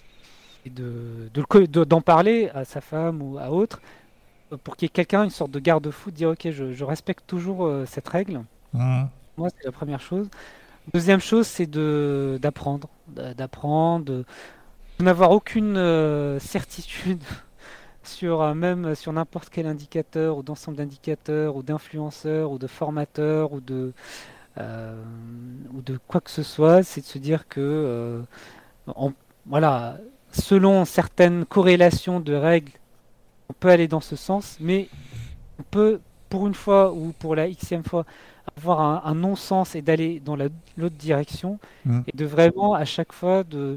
et de, de le co- de- d'en parler à sa femme ou à autre euh, pour qu'il y ait quelqu'un, une sorte de garde-fou, de dire ok je, je respecte toujours euh, cette règle. Hum. Moi c'est la première chose. Deuxième chose c'est de d'apprendre, d'a- d'apprendre, de n'avoir aucune euh, certitude sur euh, même sur n'importe quel indicateur ou d'ensemble d'indicateurs ou d'influenceurs ou de formateurs ou de euh, ou de quoi que ce soit, c'est de se dire que euh, on- voilà, selon certaines corrélations de règles, on peut aller dans ce sens, mais on peut pour une fois ou pour la xème fois avoir un, un non-sens et d'aller dans la- l'autre direction Hum. et de vraiment à chaque fois de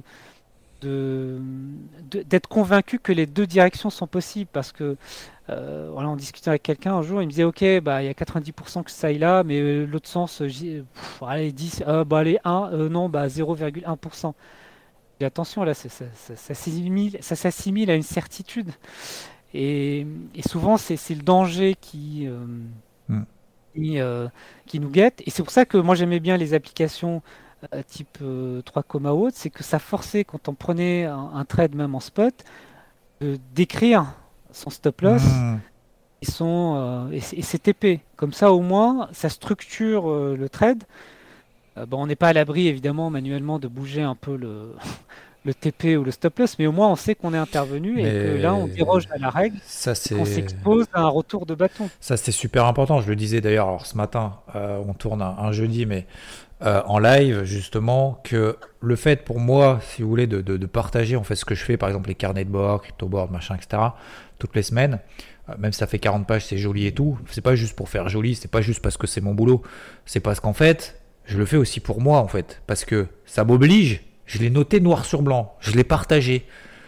de- de- d'être convaincu que les deux directions sont possibles parce que euh, voilà, en discutant avec quelqu'un un jour, il me disait ok bah il y a quatre-vingt-dix pour cent que ça aille là, mais euh, l'autre sens euh, j'y- pff, allez dix euh, bah allez un euh, non bah zéro virgule un pour cent. Et attention là c'est- ça, ça, ça s'assimile ça s'assimile à une certitude et, et souvent c'est c'est le danger qui euh, Hum. qui, euh, qui nous guette. Et c'est pour ça que moi j'aimais bien les applications euh, type euh, trois ou autre, c'est que ça forçait quand on prenait un, un trade même en spot, de d'écrire son stop loss Hum. et son euh, et, ses et ses T P. Comme ça au moins ça structure euh, le trade. Euh, bon, on n'est pas à l'abri évidemment manuellement de bouger un peu le, le T P ou le stop loss, mais au moins on sait qu'on est intervenu et que là on Mais déroge à la règle ça et qu'on c'est s'expose à un retour de bâton. ça c'est super important. Je le disais d'ailleurs. Alors ce matin, euh, on tourne un, un jeudi, mais euh, en live justement que le fait pour moi, si vous voulez, de, de, de partager en fait ce que je fais, par exemple les carnets de bord, crypto board, machin, et cetera. Toutes les semaines, euh, même si ça fait quarante pages, c'est joli et tout. C'est pas juste pour faire joli, c'est pas juste parce que c'est mon boulot. C'est parce qu'en fait, je le fais aussi pour moi en fait, parce que ça m'oblige. Je l'ai noté noir sur blanc, je l'ai partagé.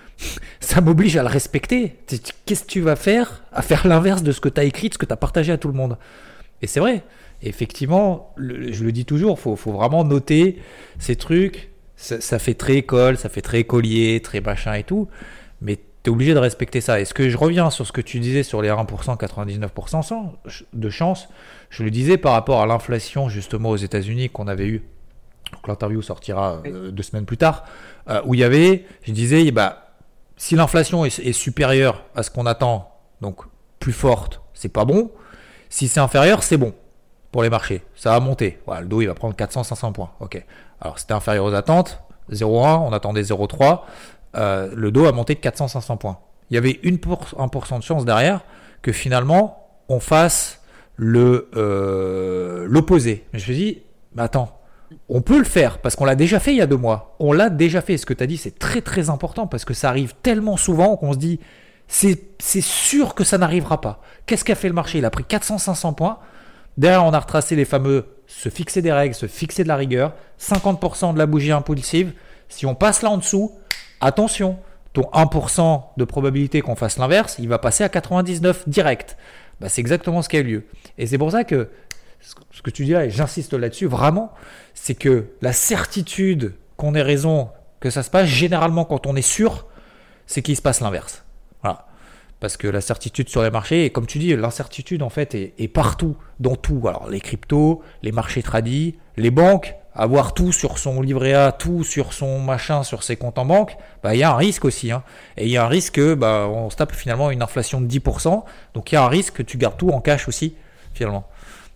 Ça m'oblige à le respecter. Qu'est-ce que tu vas faire à faire l'inverse de ce que tu as écrit, de ce que tu as partagé à tout le monde? Et c'est vrai. Effectivement, le- je le dis toujours, faut, faut vraiment noter ces trucs. Ça, ça fait très école, ça fait très écolier, très machin et tout. Mais tu es obligé de respecter ça. Et ce que je reviens sur ce que tu disais sur les un pour cent, quatre-vingt-dix-neuf pour cent de chance, je le disais par rapport à l'inflation justement aux États-Unis qu'on avait eu. Donc l'interview sortira euh, deux semaines plus tard, euh, où il y avait, je disais, bah, si l'inflation est, est supérieure à ce qu'on attend, donc plus forte, c'est pas bon. Si c'est inférieur, c'est bon pour les marchés. Ça va monter. Voilà, le dos, il va prendre quatre cents à cinq cents points. Ok. Alors, c'était inférieur aux attentes. zéro virgule un, on attendait zéro virgule trois. Euh, le dos a monté de quatre cents à cinq cents points. Il y avait un pour cent de chance derrière que finalement, on fasse le, euh, l'opposé. Mais je me suis dit, mais attends, On peut le faire parce qu'on l'a déjà fait il y a deux mois. On l'a déjà fait. Ce que tu as dit, c'est très très important parce que ça arrive tellement souvent qu'on se dit c'est, c'est sûr que ça n'arrivera pas. Qu'est-ce qu'a fait le marché? Il a pris quatre cents cinq cents points. Derrière, on a retracé les fameux se fixer des règles, se fixer de la rigueur. cinquante pour cent de la bougie impulsive. Si on passe là en dessous, attention, ton un pour cent de probabilité qu'on fasse l'inverse, il va passer à quatre-vingt-dix-neuf direct. Bah, c'est exactement ce qui a eu lieu. Et c'est pour ça que ce que tu dis là, et j'insiste là-dessus vraiment, c'est que la certitude qu'on ait raison, que ça se passe, généralement quand on est sûr, c'est qu'il se passe l'inverse. Voilà. Parce que la certitude sur les marchés, et comme tu dis, l'incertitude en fait est, est partout, dans tout. Alors les cryptos, les marchés tradis, les banques, avoir tout sur son livret A, tout sur son machin, sur ses comptes en banque, bah il y a un risque aussi. Hein. Et il y a un risque que bah, on se tape finalement une inflation de dix pour cent. Donc il y a un risque que tu gardes tout en cash aussi, finalement.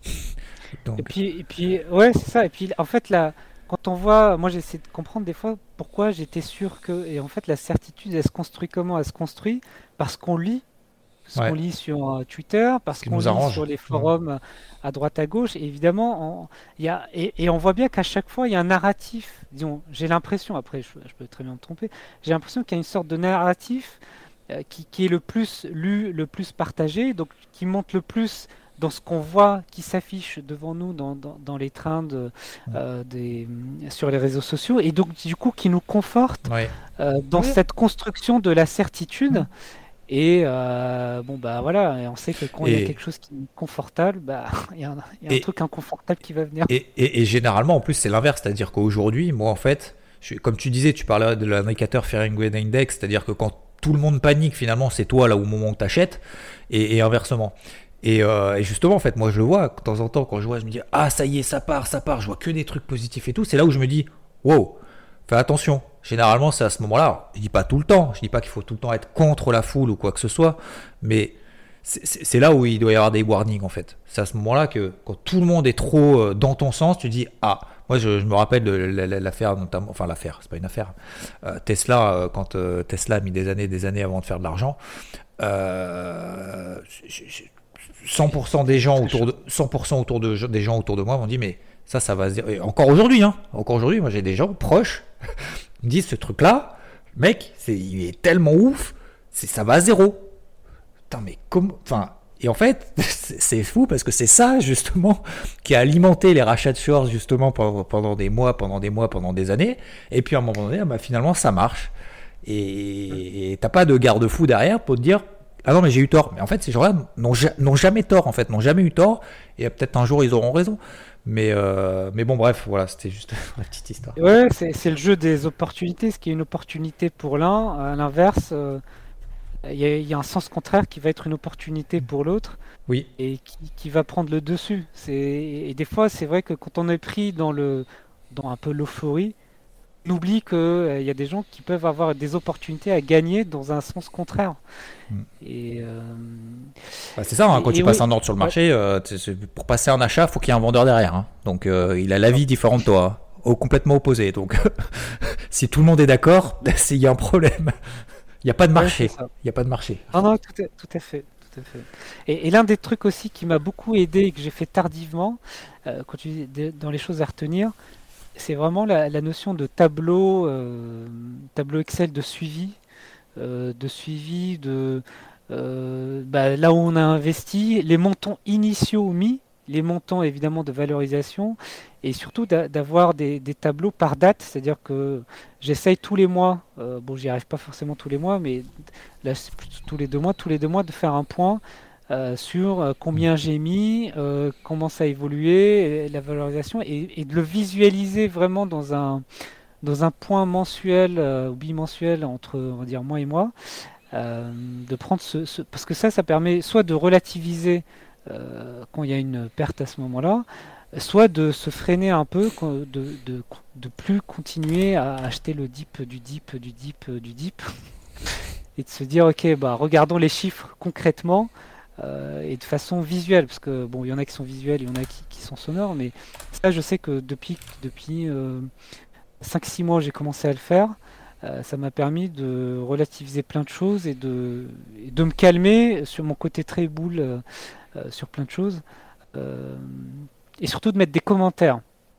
Donc... Et puis, et puis, ouais, c'est ça. Et puis, en fait, là, quand on voit, moi, j'essaie de comprendre des fois pourquoi j'étais sûr que, et en fait, la certitude, elle se construit comment? Elle se construit parce qu'on lit, parce ouais. qu'on lit sur uh, Twitter, parce qu'on lit arrange. sur les forums mmh. à droite à gauche. Et évidemment, on, y a, et, et on voit bien qu'à chaque fois, il y a un narratif. Disons, j'ai l'impression, après, je, je peux très bien me tromper, j'ai l'impression qu'il y a une sorte de narratif euh, qui, qui est le plus lu, le plus partagé, donc qui monte le plus dans ce qu'on voit qui s'affiche devant nous dans, dans, dans les trains de, euh, des, sur les réseaux sociaux, et donc du coup qui nous conforte ouais. euh, dans ouais. cette construction de la certitude. Mmh. Et euh, bon bah voilà, on sait que quand et... il y a quelque chose qui est confortable, bah il y a un, il y a un et... truc inconfortable qui va venir. Et, et, et généralement en plus c'est l'inverse, c'est-à-dire qu'aujourd'hui, moi en fait, je, comme tu disais, tu parlais de l'indicateur Fear and Greed Index, c'est-à-dire que quand tout le monde panique, finalement c'est toi là au moment où tu achètes, et, et inversement. Et, euh, et justement, en fait, moi, je le vois de temps en temps quand je vois, je me dis ah ça y est, ça part, ça part. Je vois que des trucs positifs et tout. C'est là où je me dis wow, fais attention. Généralement, c'est à ce moment-là. Je dis pas tout le temps. Je dis pas qu'il faut tout le temps être contre la foule ou quoi que ce soit, mais c'est, c'est, c'est là où il doit y avoir des warnings en fait. C'est à ce moment-là que quand tout le monde est trop dans ton sens, tu dis ah. Moi, je, je me rappelle de l'affaire, notamment, enfin l'affaire, c'est pas une affaire. Euh, Tesla, euh, quand euh, Tesla a mis des années, des années avant de faire de l'argent. Euh, j'ai, j'ai, cent pour cent des gens autour de cent pour cent autour de des gens autour de moi m'ont dit mais ça ça va se dire et encore aujourd'hui hein encore aujourd'hui moi j'ai des gens proches qui me disent ce truc là mec c'est il est tellement ouf c'est ça va à zéro putain mais comment enfin et en fait c'est, c'est fou parce que c'est ça justement qui a alimenté les rachats de shorts justement pendant, pendant des mois pendant des mois pendant des années et puis à un moment donné bah, finalement ça marche et, et t'as pas de garde-fou derrière pour te dire ah non mais j'ai eu tort, mais en fait ces gens-là n'ont, n'ont jamais tort en fait, n'ont jamais eu tort et peut-être un jour ils auront raison, mais euh, mais bon bref voilà c'était juste une petite histoire. Ouais c'est, c'est le jeu des opportunités, ce qui est une opportunité pour l'un, à l'inverse il euh, y, y a un sens contraire qui va être une opportunité pour l'autre. Oui. Et qui, qui va prendre le dessus. C'est, et des fois c'est vrai que quand on est pris dans le dans un peu l'euphorie, on oublie qu'il euh, y a des gens qui peuvent avoir des opportunités à gagner dans un sens contraire. Mm. Et euh... bah, c'est ça, hein, quand et, tu et passes oui. un ordre sur le marché, ouais. euh, pour passer un achat, il faut qu'il y ait un vendeur derrière. Hein. Donc euh, il a l'avis différent de toi, au, complètement opposé. Donc si tout le monde est d'accord, il y a un problème. Il n'y a pas de marché. Ouais, il n'y a pas de marché. Non, non, tout, est, tout à fait. Tout à fait. Et, et l'un des trucs aussi qui m'a beaucoup aidé et que j'ai fait tardivement, euh, quand tu dis dans les choses à retenir, c'est vraiment la, la notion de tableau, euh, tableau Excel de suivi, euh, de suivi de euh, bah, là où on a investi, les montants initiaux mis, les montants évidemment de valorisation, et surtout d'a, d'avoir des, des tableaux par date, c'est-à-dire que j'essaye tous les mois, euh, bon j'y arrive pas forcément tous les mois, mais là c'est plutôt tous les deux mois, tous les deux mois de faire un point. Euh, sur euh, combien j'ai mis, euh, comment ça a évolué, la valorisation, et, et de le visualiser vraiment dans un, dans un point mensuel euh, ou bimensuel entre, on va dire, moi et moi, euh, de prendre ce, ce... Parce que ça, ça permet soit de relativiser euh, quand il y a une perte à ce moment-là, soit de se freiner un peu, de, de, de plus continuer à acheter le dip du dip du dip du dip, et de se dire, ok, bah, regardons les chiffres concrètement, Euh, et de façon visuelle, parce que bon, il y en a qui sont visuels, il y en a qui, qui sont sonores, mais ça, je sais que depuis depuis euh, cinq six mois, j'ai commencé à le faire. Euh, ça m'a permis de relativiser plein de choses et de, et de me calmer sur mon côté très boule euh, euh, sur plein de choses, euh, et surtout de mettre des commentaires.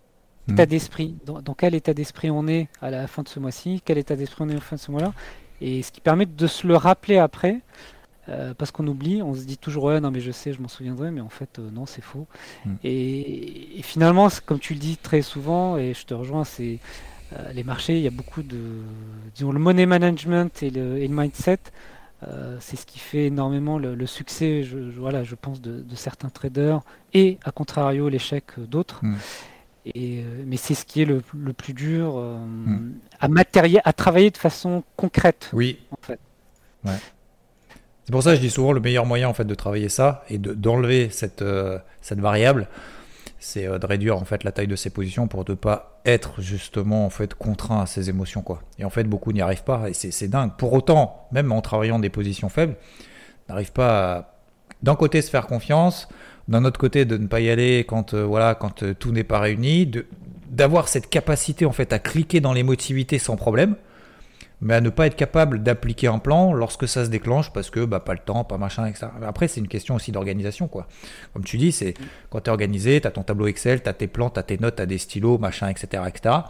état d'esprit, dans, dans quel état d'esprit on est à la fin de ce mois-ci, quel état d'esprit on est à la fin de ce mois-là, et ce qui permet de se le rappeler après, euh, parce qu'on oublie, on se dit toujours ouais non mais je sais, je m'en souviendrai, mais en fait euh, non c'est faux. Mm. Et, et finalement, c'est comme tu le dis très souvent, et je te rejoins, c'est euh, les marchés, il y a beaucoup de, disons le money management et le, et le mindset. Euh, c'est ce qui fait énormément le, le succès, je, je- voilà, je pense, de, de certains traders et, à contrario, l'échec d'autres. Mm. Et, euh, mais c'est ce qui est le, le plus dur euh, Mm. à matériel, à travailler de façon concrète, Oui, en fait. ouais. C'est pour ça que je dis souvent le meilleur moyen en fait de travailler ça et de, d'enlever cette, euh, cette variable, c'est euh, de réduire en fait la taille de ses positions pour ne pas être justement en fait contraint à ses émotions quoi. Et en fait beaucoup n'y arrivent pas et c'est, c'est dingue. Pour autant, même en travaillant des positions faibles, n'arrivent pas à d'un côté se faire confiance, d'un autre côté de ne pas y aller quand euh, voilà quand euh, tout n'est pas réuni, de, d'avoir cette capacité en fait à cliquer dans l'émotivité sans problème, mais à ne pas être capable d'appliquer un plan lorsque ça se déclenche parce que bah, pas le temps, pas machin, et cetera. Après, c'est une question aussi d'organisation, quoi. Comme tu dis, c'est quand tu es organisé, tu as ton tableau Excel, tu as tes plans, tu as tes notes, tu as des stylos, machin, et cetera, et cetera.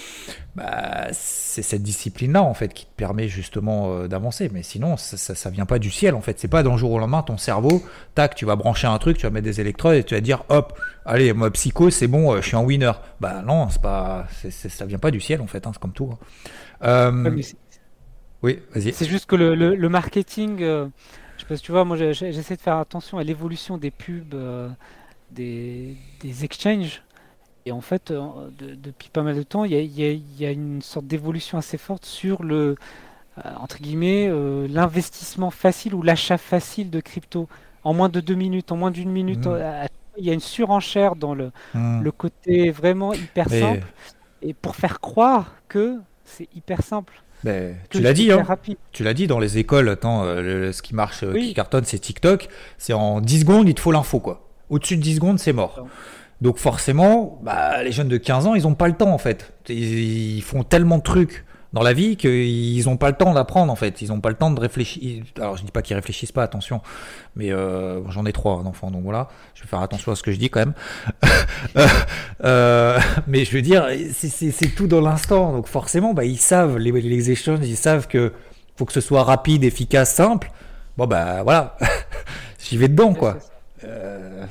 Bah, c'est cette discipline-là, en fait, qui te permet justement euh, d'avancer. Mais sinon, ça, ça, ça vient pas du ciel, en fait. C'est pas d'un jour au lendemain, ton cerveau, tac, tu vas brancher un truc, tu vas mettre des électrodes et tu vas dire, hop, allez, moi, psycho, c'est bon, euh, je suis un winner. Bah non, c'est pas, c'est, c'est, ça vient pas du ciel, en fait, hein, c'est comme tout. Hein. Ouais, Euh, mais c'est oui, vas-y. c'est juste que le, le- le marketing, euh, je sais pas si tu vois, moi j'ai- j'ai- j'essaie de faire attention à l'évolution des pubs, euh, des, des exchanges. Et en fait, euh, de- depuis pas mal de temps, il y a, il y a- il y a une sorte d'évolution assez forte sur le, euh, entre guillemets, euh, l'investissement facile ou l'achat facile de crypto. En moins de deux minutes, en moins d'une minute, Hmm. euh, à- il y a une surenchère dans le, Hmm. le côté vraiment hyper Mais, simple. Et pour faire croire que c'est hyper simple, mais tu que l'as c'est dit, hyper hein. rapide. Tu l'as dit dans les écoles, attends, euh, le- ce qui marche, euh, qui Oui. cartonne, c'est TikTok. C'est en dix secondes, il te faut l'info, quoi. Au-dessus de dix secondes, c'est mort. Donc forcément, bah, les jeunes de quinze ans, ils n'ont pas le temps, en fait. Ils, ils font tellement de trucs dans la vie qu'ils n'ont pas le temps d'apprendre, en fait. Ils n'ont pas le temps de réfléchir. Alors, je dis pas qu'ils réfléchissent pas, attention. Mais euh, j'en ai trois, un enfant, donc voilà. Je vais faire attention à ce que je dis, quand même. Euh, euh, mais je veux dire, c'est, c'est, c'est tout dans l'instant. Donc forcément, bah, ils savent, les, les échanges, ils savent que faut que ce soit rapide, efficace, simple. Bon, bah voilà, j'y vais dedans, Ouais, quoi. c'est ça. Euh,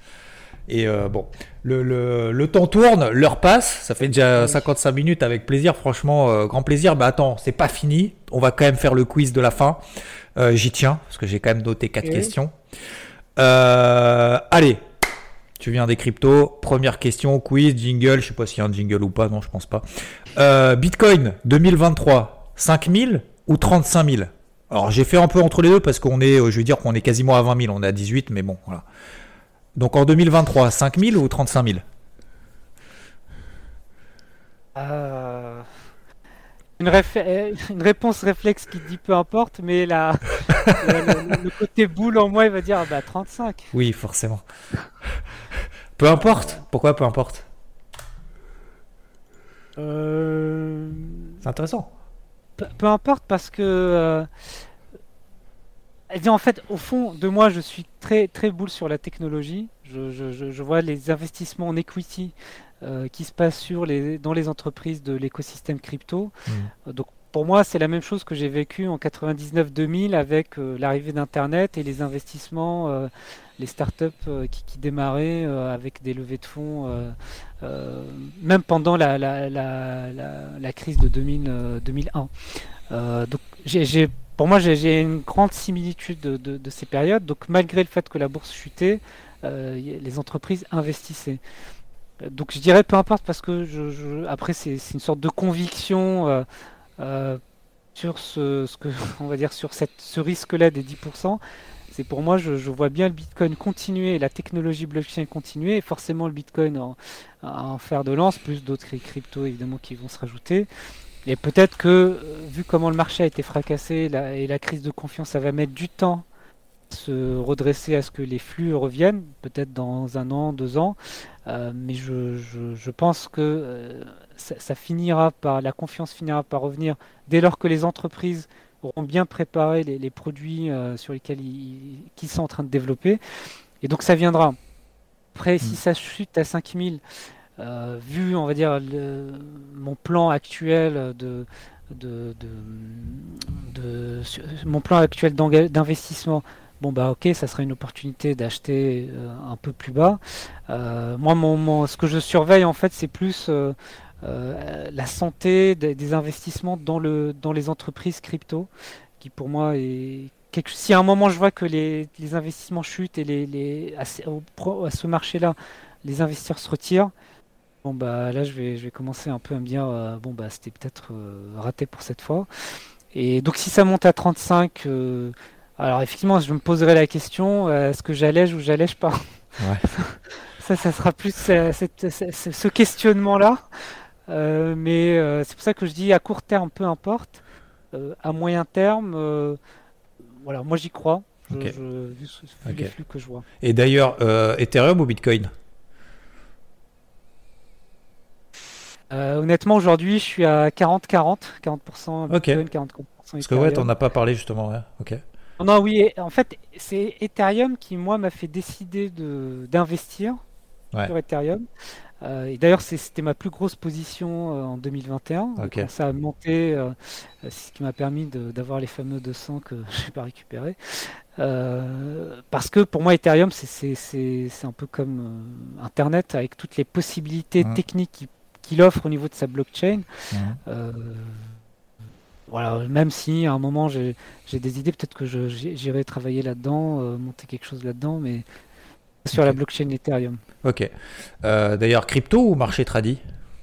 et euh, bon, le, le, le temps tourne, l'heure passe, ça fait déjà Oui. cinquante-cinq minutes avec plaisir, franchement, euh, grand plaisir. Bah attends, c'est pas fini, on va quand même faire le quiz de la fin. Euh, j'y tiens, parce que j'ai quand même noté quatre Ok. questions. Euh, allez, tu viens des cryptos, première question, quiz, jingle, je sais pas s'il y a un jingle ou pas, non, je pense pas. Euh, Bitcoin deux mille vingt-trois, cinq mille ou trente-cinq mille? Alors j'ai fait un peu entre les deux parce qu'on est, euh, je veux dire qu'on est quasiment à vingt mille, on est à dix-huit, mais bon, voilà. Donc en deux mille vingt-trois, cinq mille ou trente-cinq mille? Euh, une, réfé- euh, une réponse réflexe qui dit peu importe, mais la, la- le, le côté boule en moi, il va dire ah bah trente-cinq. Oui, forcément. Peu importe. Pourquoi peu importe? Euh, C'est intéressant. peu, peu importe parce que euh, eh bien, en fait, au fond de moi, je suis très très boule sur la technologie. Je, je- je- je vois les investissements en equity euh, qui se passent sur les, dans les entreprises de l'écosystème crypto. Hmm. Euh, Donc pour moi, c'est la même chose que j'ai vécu en quatre-vingt-dix-neuf deux mille avec euh, l'arrivée d'Internet et les investissements, euh, les startups euh, qui, qui démarraient euh, avec des levées de fonds, euh, euh, même pendant la, la, la, la, la crise de deux mille, euh, deux mille un. Euh, donc j'ai, j'ai- pour moi, j'ai, j'ai une grande similitude de, de- de ces périodes. Donc malgré le fait que la bourse chutait, euh, y- les entreprises investissaient. Euh, Donc je dirais peu importe parce que je, je- après c'est, c'est une sorte de conviction. euh, euh, sur ce, ce que on va dire sur cette, ce risque-là des dix pour cent, c'est pour moi, je, je vois bien le Bitcoin continuer, la technologie blockchain continuer, et forcément le Bitcoin en, en fer de lance, plus d'autres cry- cryptos évidemment qui vont se rajouter. Et peut-être que, euh, vu comment le marché a été fracassé la- et la crise de confiance, ça va mettre du temps à se redresser à ce que les flux reviennent, peut-être dans un an, deux ans. Euh, mais je, je- je pense que euh, ça, ça finira par, la confiance finira par revenir dès lors que les entreprises auront bien préparé les, les produits euh, sur lesquels ils, qu'ils sont en train de développer. Et donc ça viendra. Après, Hmm. si ça chute à cinq mille, euh, vu, on va dire, le- mon plan actuel de, de, de, de- sur- mon plan actuel d'enga- d'investissement, bon bah ok, ça serait une opportunité d'acheter euh, un peu plus bas. Euh, moi, mon, mon- ce que je surveille en fait, c'est plus euh, euh, la santé des, des investissements dans le, dans les entreprises crypto, qui pour moi est quelque... Si à un moment je vois que les, les investissements chutent et les, les, à, ce au pro- à ce marché-là, les investisseurs se retirent, bon bah là je vais, je vais commencer un peu à me dire euh, bon bah c'était peut-être euh, raté pour cette fois. Et donc si ça monte à trente-cinq, euh, alors effectivement je me poserai la question, euh, est-ce que j'allège ou j'allège pas? Ouais. Ça, ça sera plus euh, cette- ce ce questionnement-là. Euh, mais euh, c'est pour ça que je dis à court terme, peu importe. Euh, à moyen terme, euh, voilà, moi j'y crois, je, Ok. je- vu, ce- vu les Ok. flux que je vois. Et d'ailleurs, euh, Ethereum ou Bitcoin? Euh, honnêtement, aujourd'hui, je suis à quarante quarante, quarante pour cent Ok. Bitcoin, quarante pour cent Parce que ouais, t'en Ethereum. as pas parlé justement. Ouais. Ok. Non, non, oui, et- en fait, c'est Ethereum qui, moi, m'a fait décider de d'investir Ouais. sur Ethereum. Euh, et d'ailleurs, c'est- c'était ma plus grosse position euh, en deux mille vingt et un. Et Ok. quand ça a monté, euh, euh, c'est ce qui m'a permis de- d'avoir les fameux deux cents que je n'ai pas récupérés. Euh, parce que pour moi, Ethereum, c'est c'est- c'est- c'est un peu comme euh, Internet avec toutes les possibilités Mhm. techniques qu'il qu'il offre au niveau de sa blockchain. Mhm. Euh, voilà, même si à un moment j'ai j'ai des idées, peut-être que je- j'ai- j'irai travailler là-dedans, euh, monter quelque chose là-dedans, mais sur la Ok. blockchain Ethereum. Ok. Euh, d'ailleurs, crypto ou marché tradi?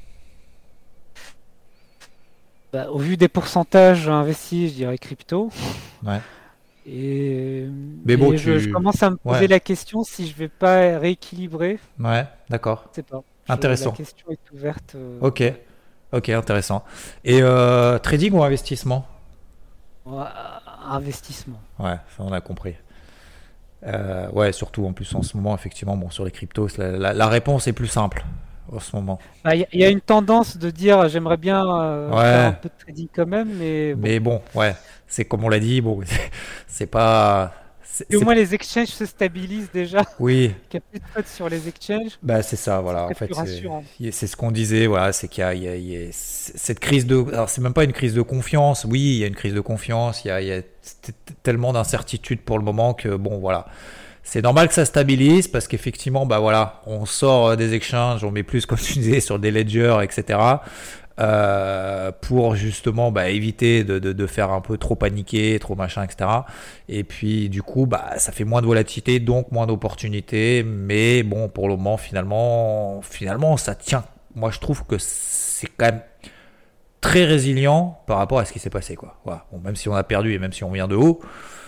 Bah, au vu des pourcentages investis, je dirais crypto. Ouais. Et, Mais bon, et je, je tu. commence à me poser Ouais. la question si je vais pas rééquilibrer. Ouais. D'accord. Je sais pas. Je- la Intéressant. question est ouverte. euh, Ok. ouais. Ok, intéressant. Et euh, trading ou investissement? Ouais, investissement. Ouais, ça on a compris. Euh, ouais, surtout en plus en ce moment, effectivement, bon, sur les cryptos, la, la- la réponse est plus simple en ce moment. Bah, Il y, a il y a une tendance de dire j'aimerais bien euh, faire un Ouais, peu de trading quand même, mais bon. mais bon, ouais, c'est comme on l'a dit, bon, c'est pas. c'est- Et au c'est- moins les exchanges se stabilisent déjà, Oui, qu'il n'y a plus de faute sur les exchanges, bah c'est ça, c'est voilà. En peut-être fait, plus c'est rassurant. c'est ce qu'on disait, voilà, c'est qu'il y a, il y a- il y a c- cette crise de. Alors, c'est même pas une crise de confiance. Oui, il y a une crise de confiance. Il y a, il y a t- t- tellement d'incertitudes pour le moment que bon, voilà. C'est normal que ça stabilise parce qu'effectivement, bah voilà, on sort euh, des exchanges, on met plus, comme tu disais, sur des ledgers, et cetera. euh, pour justement bah, éviter de, de, de faire un peu trop paniquer, trop machin, et cetera. Et puis du coup, bah, ça fait moins de volatilité, donc moins d'opportunités. Mais bon, pour le moment, finalement, finalement, ça tient. Moi, je trouve que c'est quand même très résilient par rapport à ce qui s'est passé, quoi. Voilà. Bon, même si on a perdu et même si on vient de haut,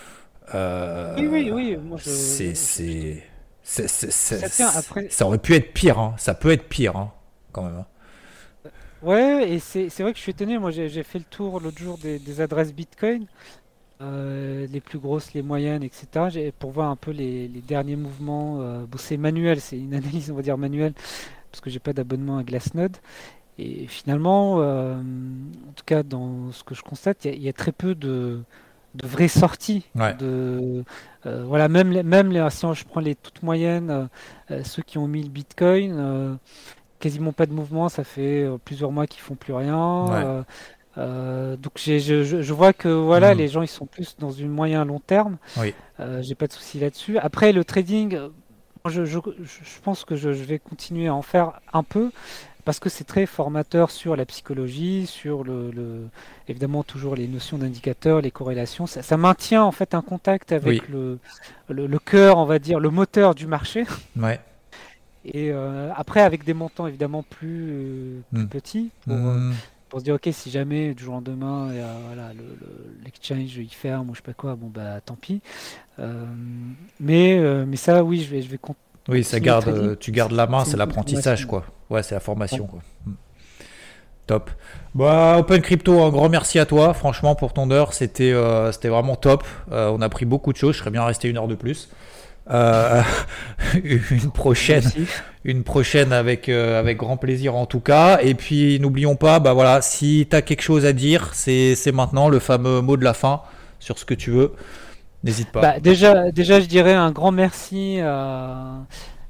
Oui, euh, oui, oui, moi je, c'est, je- je- c'est, c'est- c'est- ça tient. c'est- Après, ça aurait pu être pire, hein. Ça peut être pire, hein, quand même, hein. ouais, et c'est c'est vrai que je suis étonné. Moi, j'ai j'ai fait le tour l'autre jour des, des adresses Bitcoin, euh, les plus grosses, les moyennes, et cetera. J'ai- Pour voir un peu les, les derniers mouvements. euh, bon, c'est manuel, c'est une analyse, on va dire manuelle, parce que j'ai pas d'abonnement à Glassnode. Et finalement, euh, en tout cas, dans ce que je constate, il y, a il y a très peu de, de vraies sorties. Ouais, De, euh, voilà, même, les- même les, si on- je prends les toutes moyennes, euh, euh, ceux qui ont mis le Bitcoin. euh, quasiment pas de mouvement, ça fait euh, plusieurs mois qu'ils font plus rien. ouais. euh, euh, donc j'ai, je, je- je vois que voilà, Hmm. les gens ils sont plus dans une moyen long terme. Oui, Euh, j'ai pas de souci là-dessus. Après le trading, euh, moi, je, je, je pense que je, je vais continuer à en faire un peu parce que c'est très formateur sur la psychologie, sur le, le- évidemment toujours les notions d'indicateurs, les corrélations. Ça, ça maintient en fait un contact oui, avec le, le, le cœur, on va dire, le moteur du marché. ouais. Et euh, après, avec des montants évidemment plus, euh, plus Hmm. petits, pour, euh, Hmm. pour se dire, ok, si jamais du jour au lendemain, il y a, voilà, le, le- l'exchange il ferme ou je sais pas quoi, bon bah tant pis. Euh, mais, euh, mais ça, oui, je vais, je vais con- Oui, ça continuer le garde, trading. euh, tu gardes la main, C'est c'est une bonne l'apprentissage, formation. quoi. Ouais, c'est la Ouais. formation, quoi. Hmm. Top. Bah, Open Crypto, un grand merci à toi, franchement, pour ton heure. C'était euh, c'était vraiment top. Euh, on a pris beaucoup de choses. Je serais bien resté une heure de plus. Euh, une Moi prochaine, aussi. une prochaine avec, euh, avec grand plaisir en tout cas. Et puis n'oublions pas, bah voilà, si tu as quelque chose à dire, c'est c'est maintenant le fameux mot de la fin sur ce que tu veux. N'hésite pas. Bah, déjà, déjà, je dirais un grand merci à,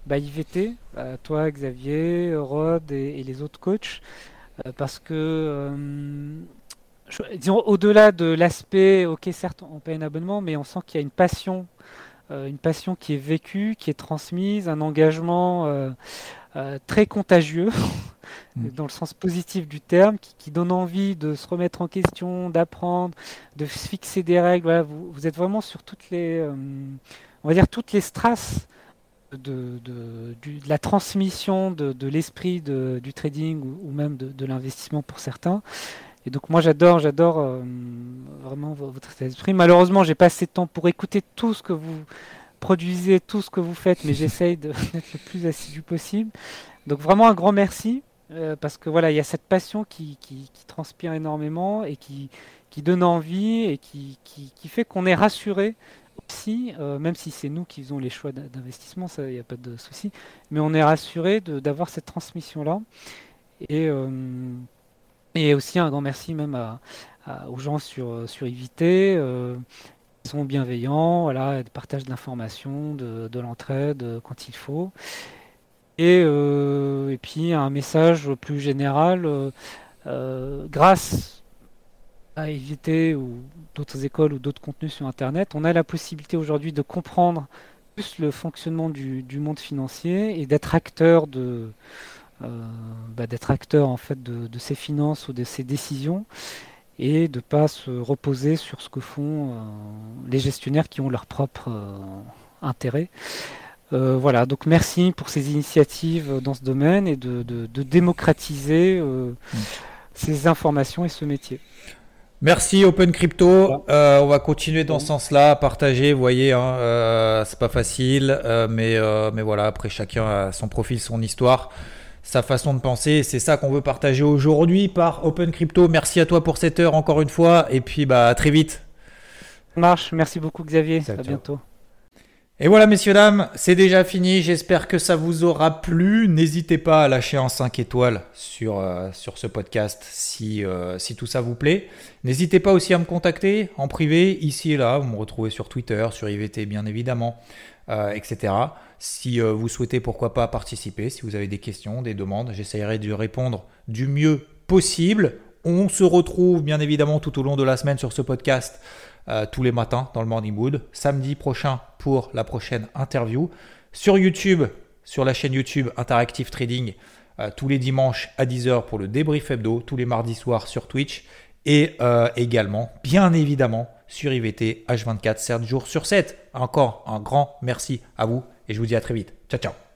bah, I V T, euh, toi Xavier, Rod et, et les autres coachs, euh, parce que euh, je- disons, au-delà de l'aspect, ok, certes, on paye un abonnement, mais on sent qu'il y a une passion, euh, une passion qui est vécue, qui est transmise, un engagement euh, euh, très contagieux, Mm. dans le sens positif du terme, qui, qui donne envie de se remettre en question, d'apprendre, de se fixer des règles. Voilà, vous, vous êtes vraiment sur toutes les, euh, on va dire toutes les strass de, de, du- de la transmission de, de l'esprit de- du trading ou, ou même de, de l'investissement pour certains. Et donc moi j'adore, j'adore euh, vraiment vo- votre état d'esprit. Malheureusement, j'ai pas assez de temps pour écouter tout ce que vous produisez, tout ce que vous faites, mais j'essaye de- d'être le plus assidu possible. Donc vraiment un grand merci euh, parce que voilà, il y a cette passion qui, qui, qui transpire énormément et qui, qui donne envie et qui, qui, qui fait qu'on est rassuré aussi, euh, même si c'est nous qui faisons les choix d'in- d'investissement, ça, il n'y a pas de souci, mais on est rassuré de- d'avoir cette transmission-là. Et, euh, et aussi un grand merci même à, à- aux gens sur, euh, sur I V T. Euh, ils sont bienveillants, voilà, de partage d'informations, de, de l'entraide euh, quand il faut. Et, euh, et puis un message plus général, euh, euh, grâce à I V T ou d'autres écoles ou d'autres contenus sur Internet, on a la possibilité aujourd'hui de comprendre plus le fonctionnement du, du monde financier et d'être acteur de, euh, bah, d'être acteur en fait de, de ses finances ou de ses décisions et de pas se reposer sur ce que font euh, les gestionnaires qui ont leur propre euh, intérêt. Euh, voilà, donc merci pour ces initiatives dans ce domaine et de, de- de démocratiser euh, Mm. ces informations et ce métier. Merci Open Voilà. Crypto. Euh, on va continuer dans ce Bon. sens-là, à partager. Vous voyez, hein, euh, c'est pas facile, euh, mais euh, mais voilà. Après, chacun a son profil, son histoire, sa façon de penser. C'est ça qu'on veut partager aujourd'hui par Open Crypto. Merci à toi pour cette heure encore une fois, et puis bah à très vite. Ça marche, merci beaucoup Xavier, Ciao, à ciao. bientôt. Et voilà, messieurs, dames, c'est déjà fini. J'espère que ça vous aura plu. N'hésitez pas à lâcher un cinq étoiles sur, euh, sur ce podcast si, euh, si tout ça vous plaît. N'hésitez pas aussi à me contacter en privé, ici et là. Vous me retrouvez sur Twitter, sur I V T, bien évidemment, euh, et cetera. Si euh, vous souhaitez, pourquoi pas, participer, si vous avez des questions, des demandes, j'essaierai de répondre du mieux possible. On se retrouve, bien évidemment, tout au long de la semaine sur ce podcast. Euh, tous les matins dans le Morning Wood. Samedi prochain pour la prochaine interview. Sur YouTube, sur la chaîne YouTube Interactive Trading, euh, tous les dimanches à dix heures pour le débrief hebdo, tous les mardis soirs sur Twitch et euh, également, bien évidemment, sur I V T H vingt-quatre, sept jours sur sept. Encore un grand merci à vous et je vous dis à très vite. Ciao, ciao.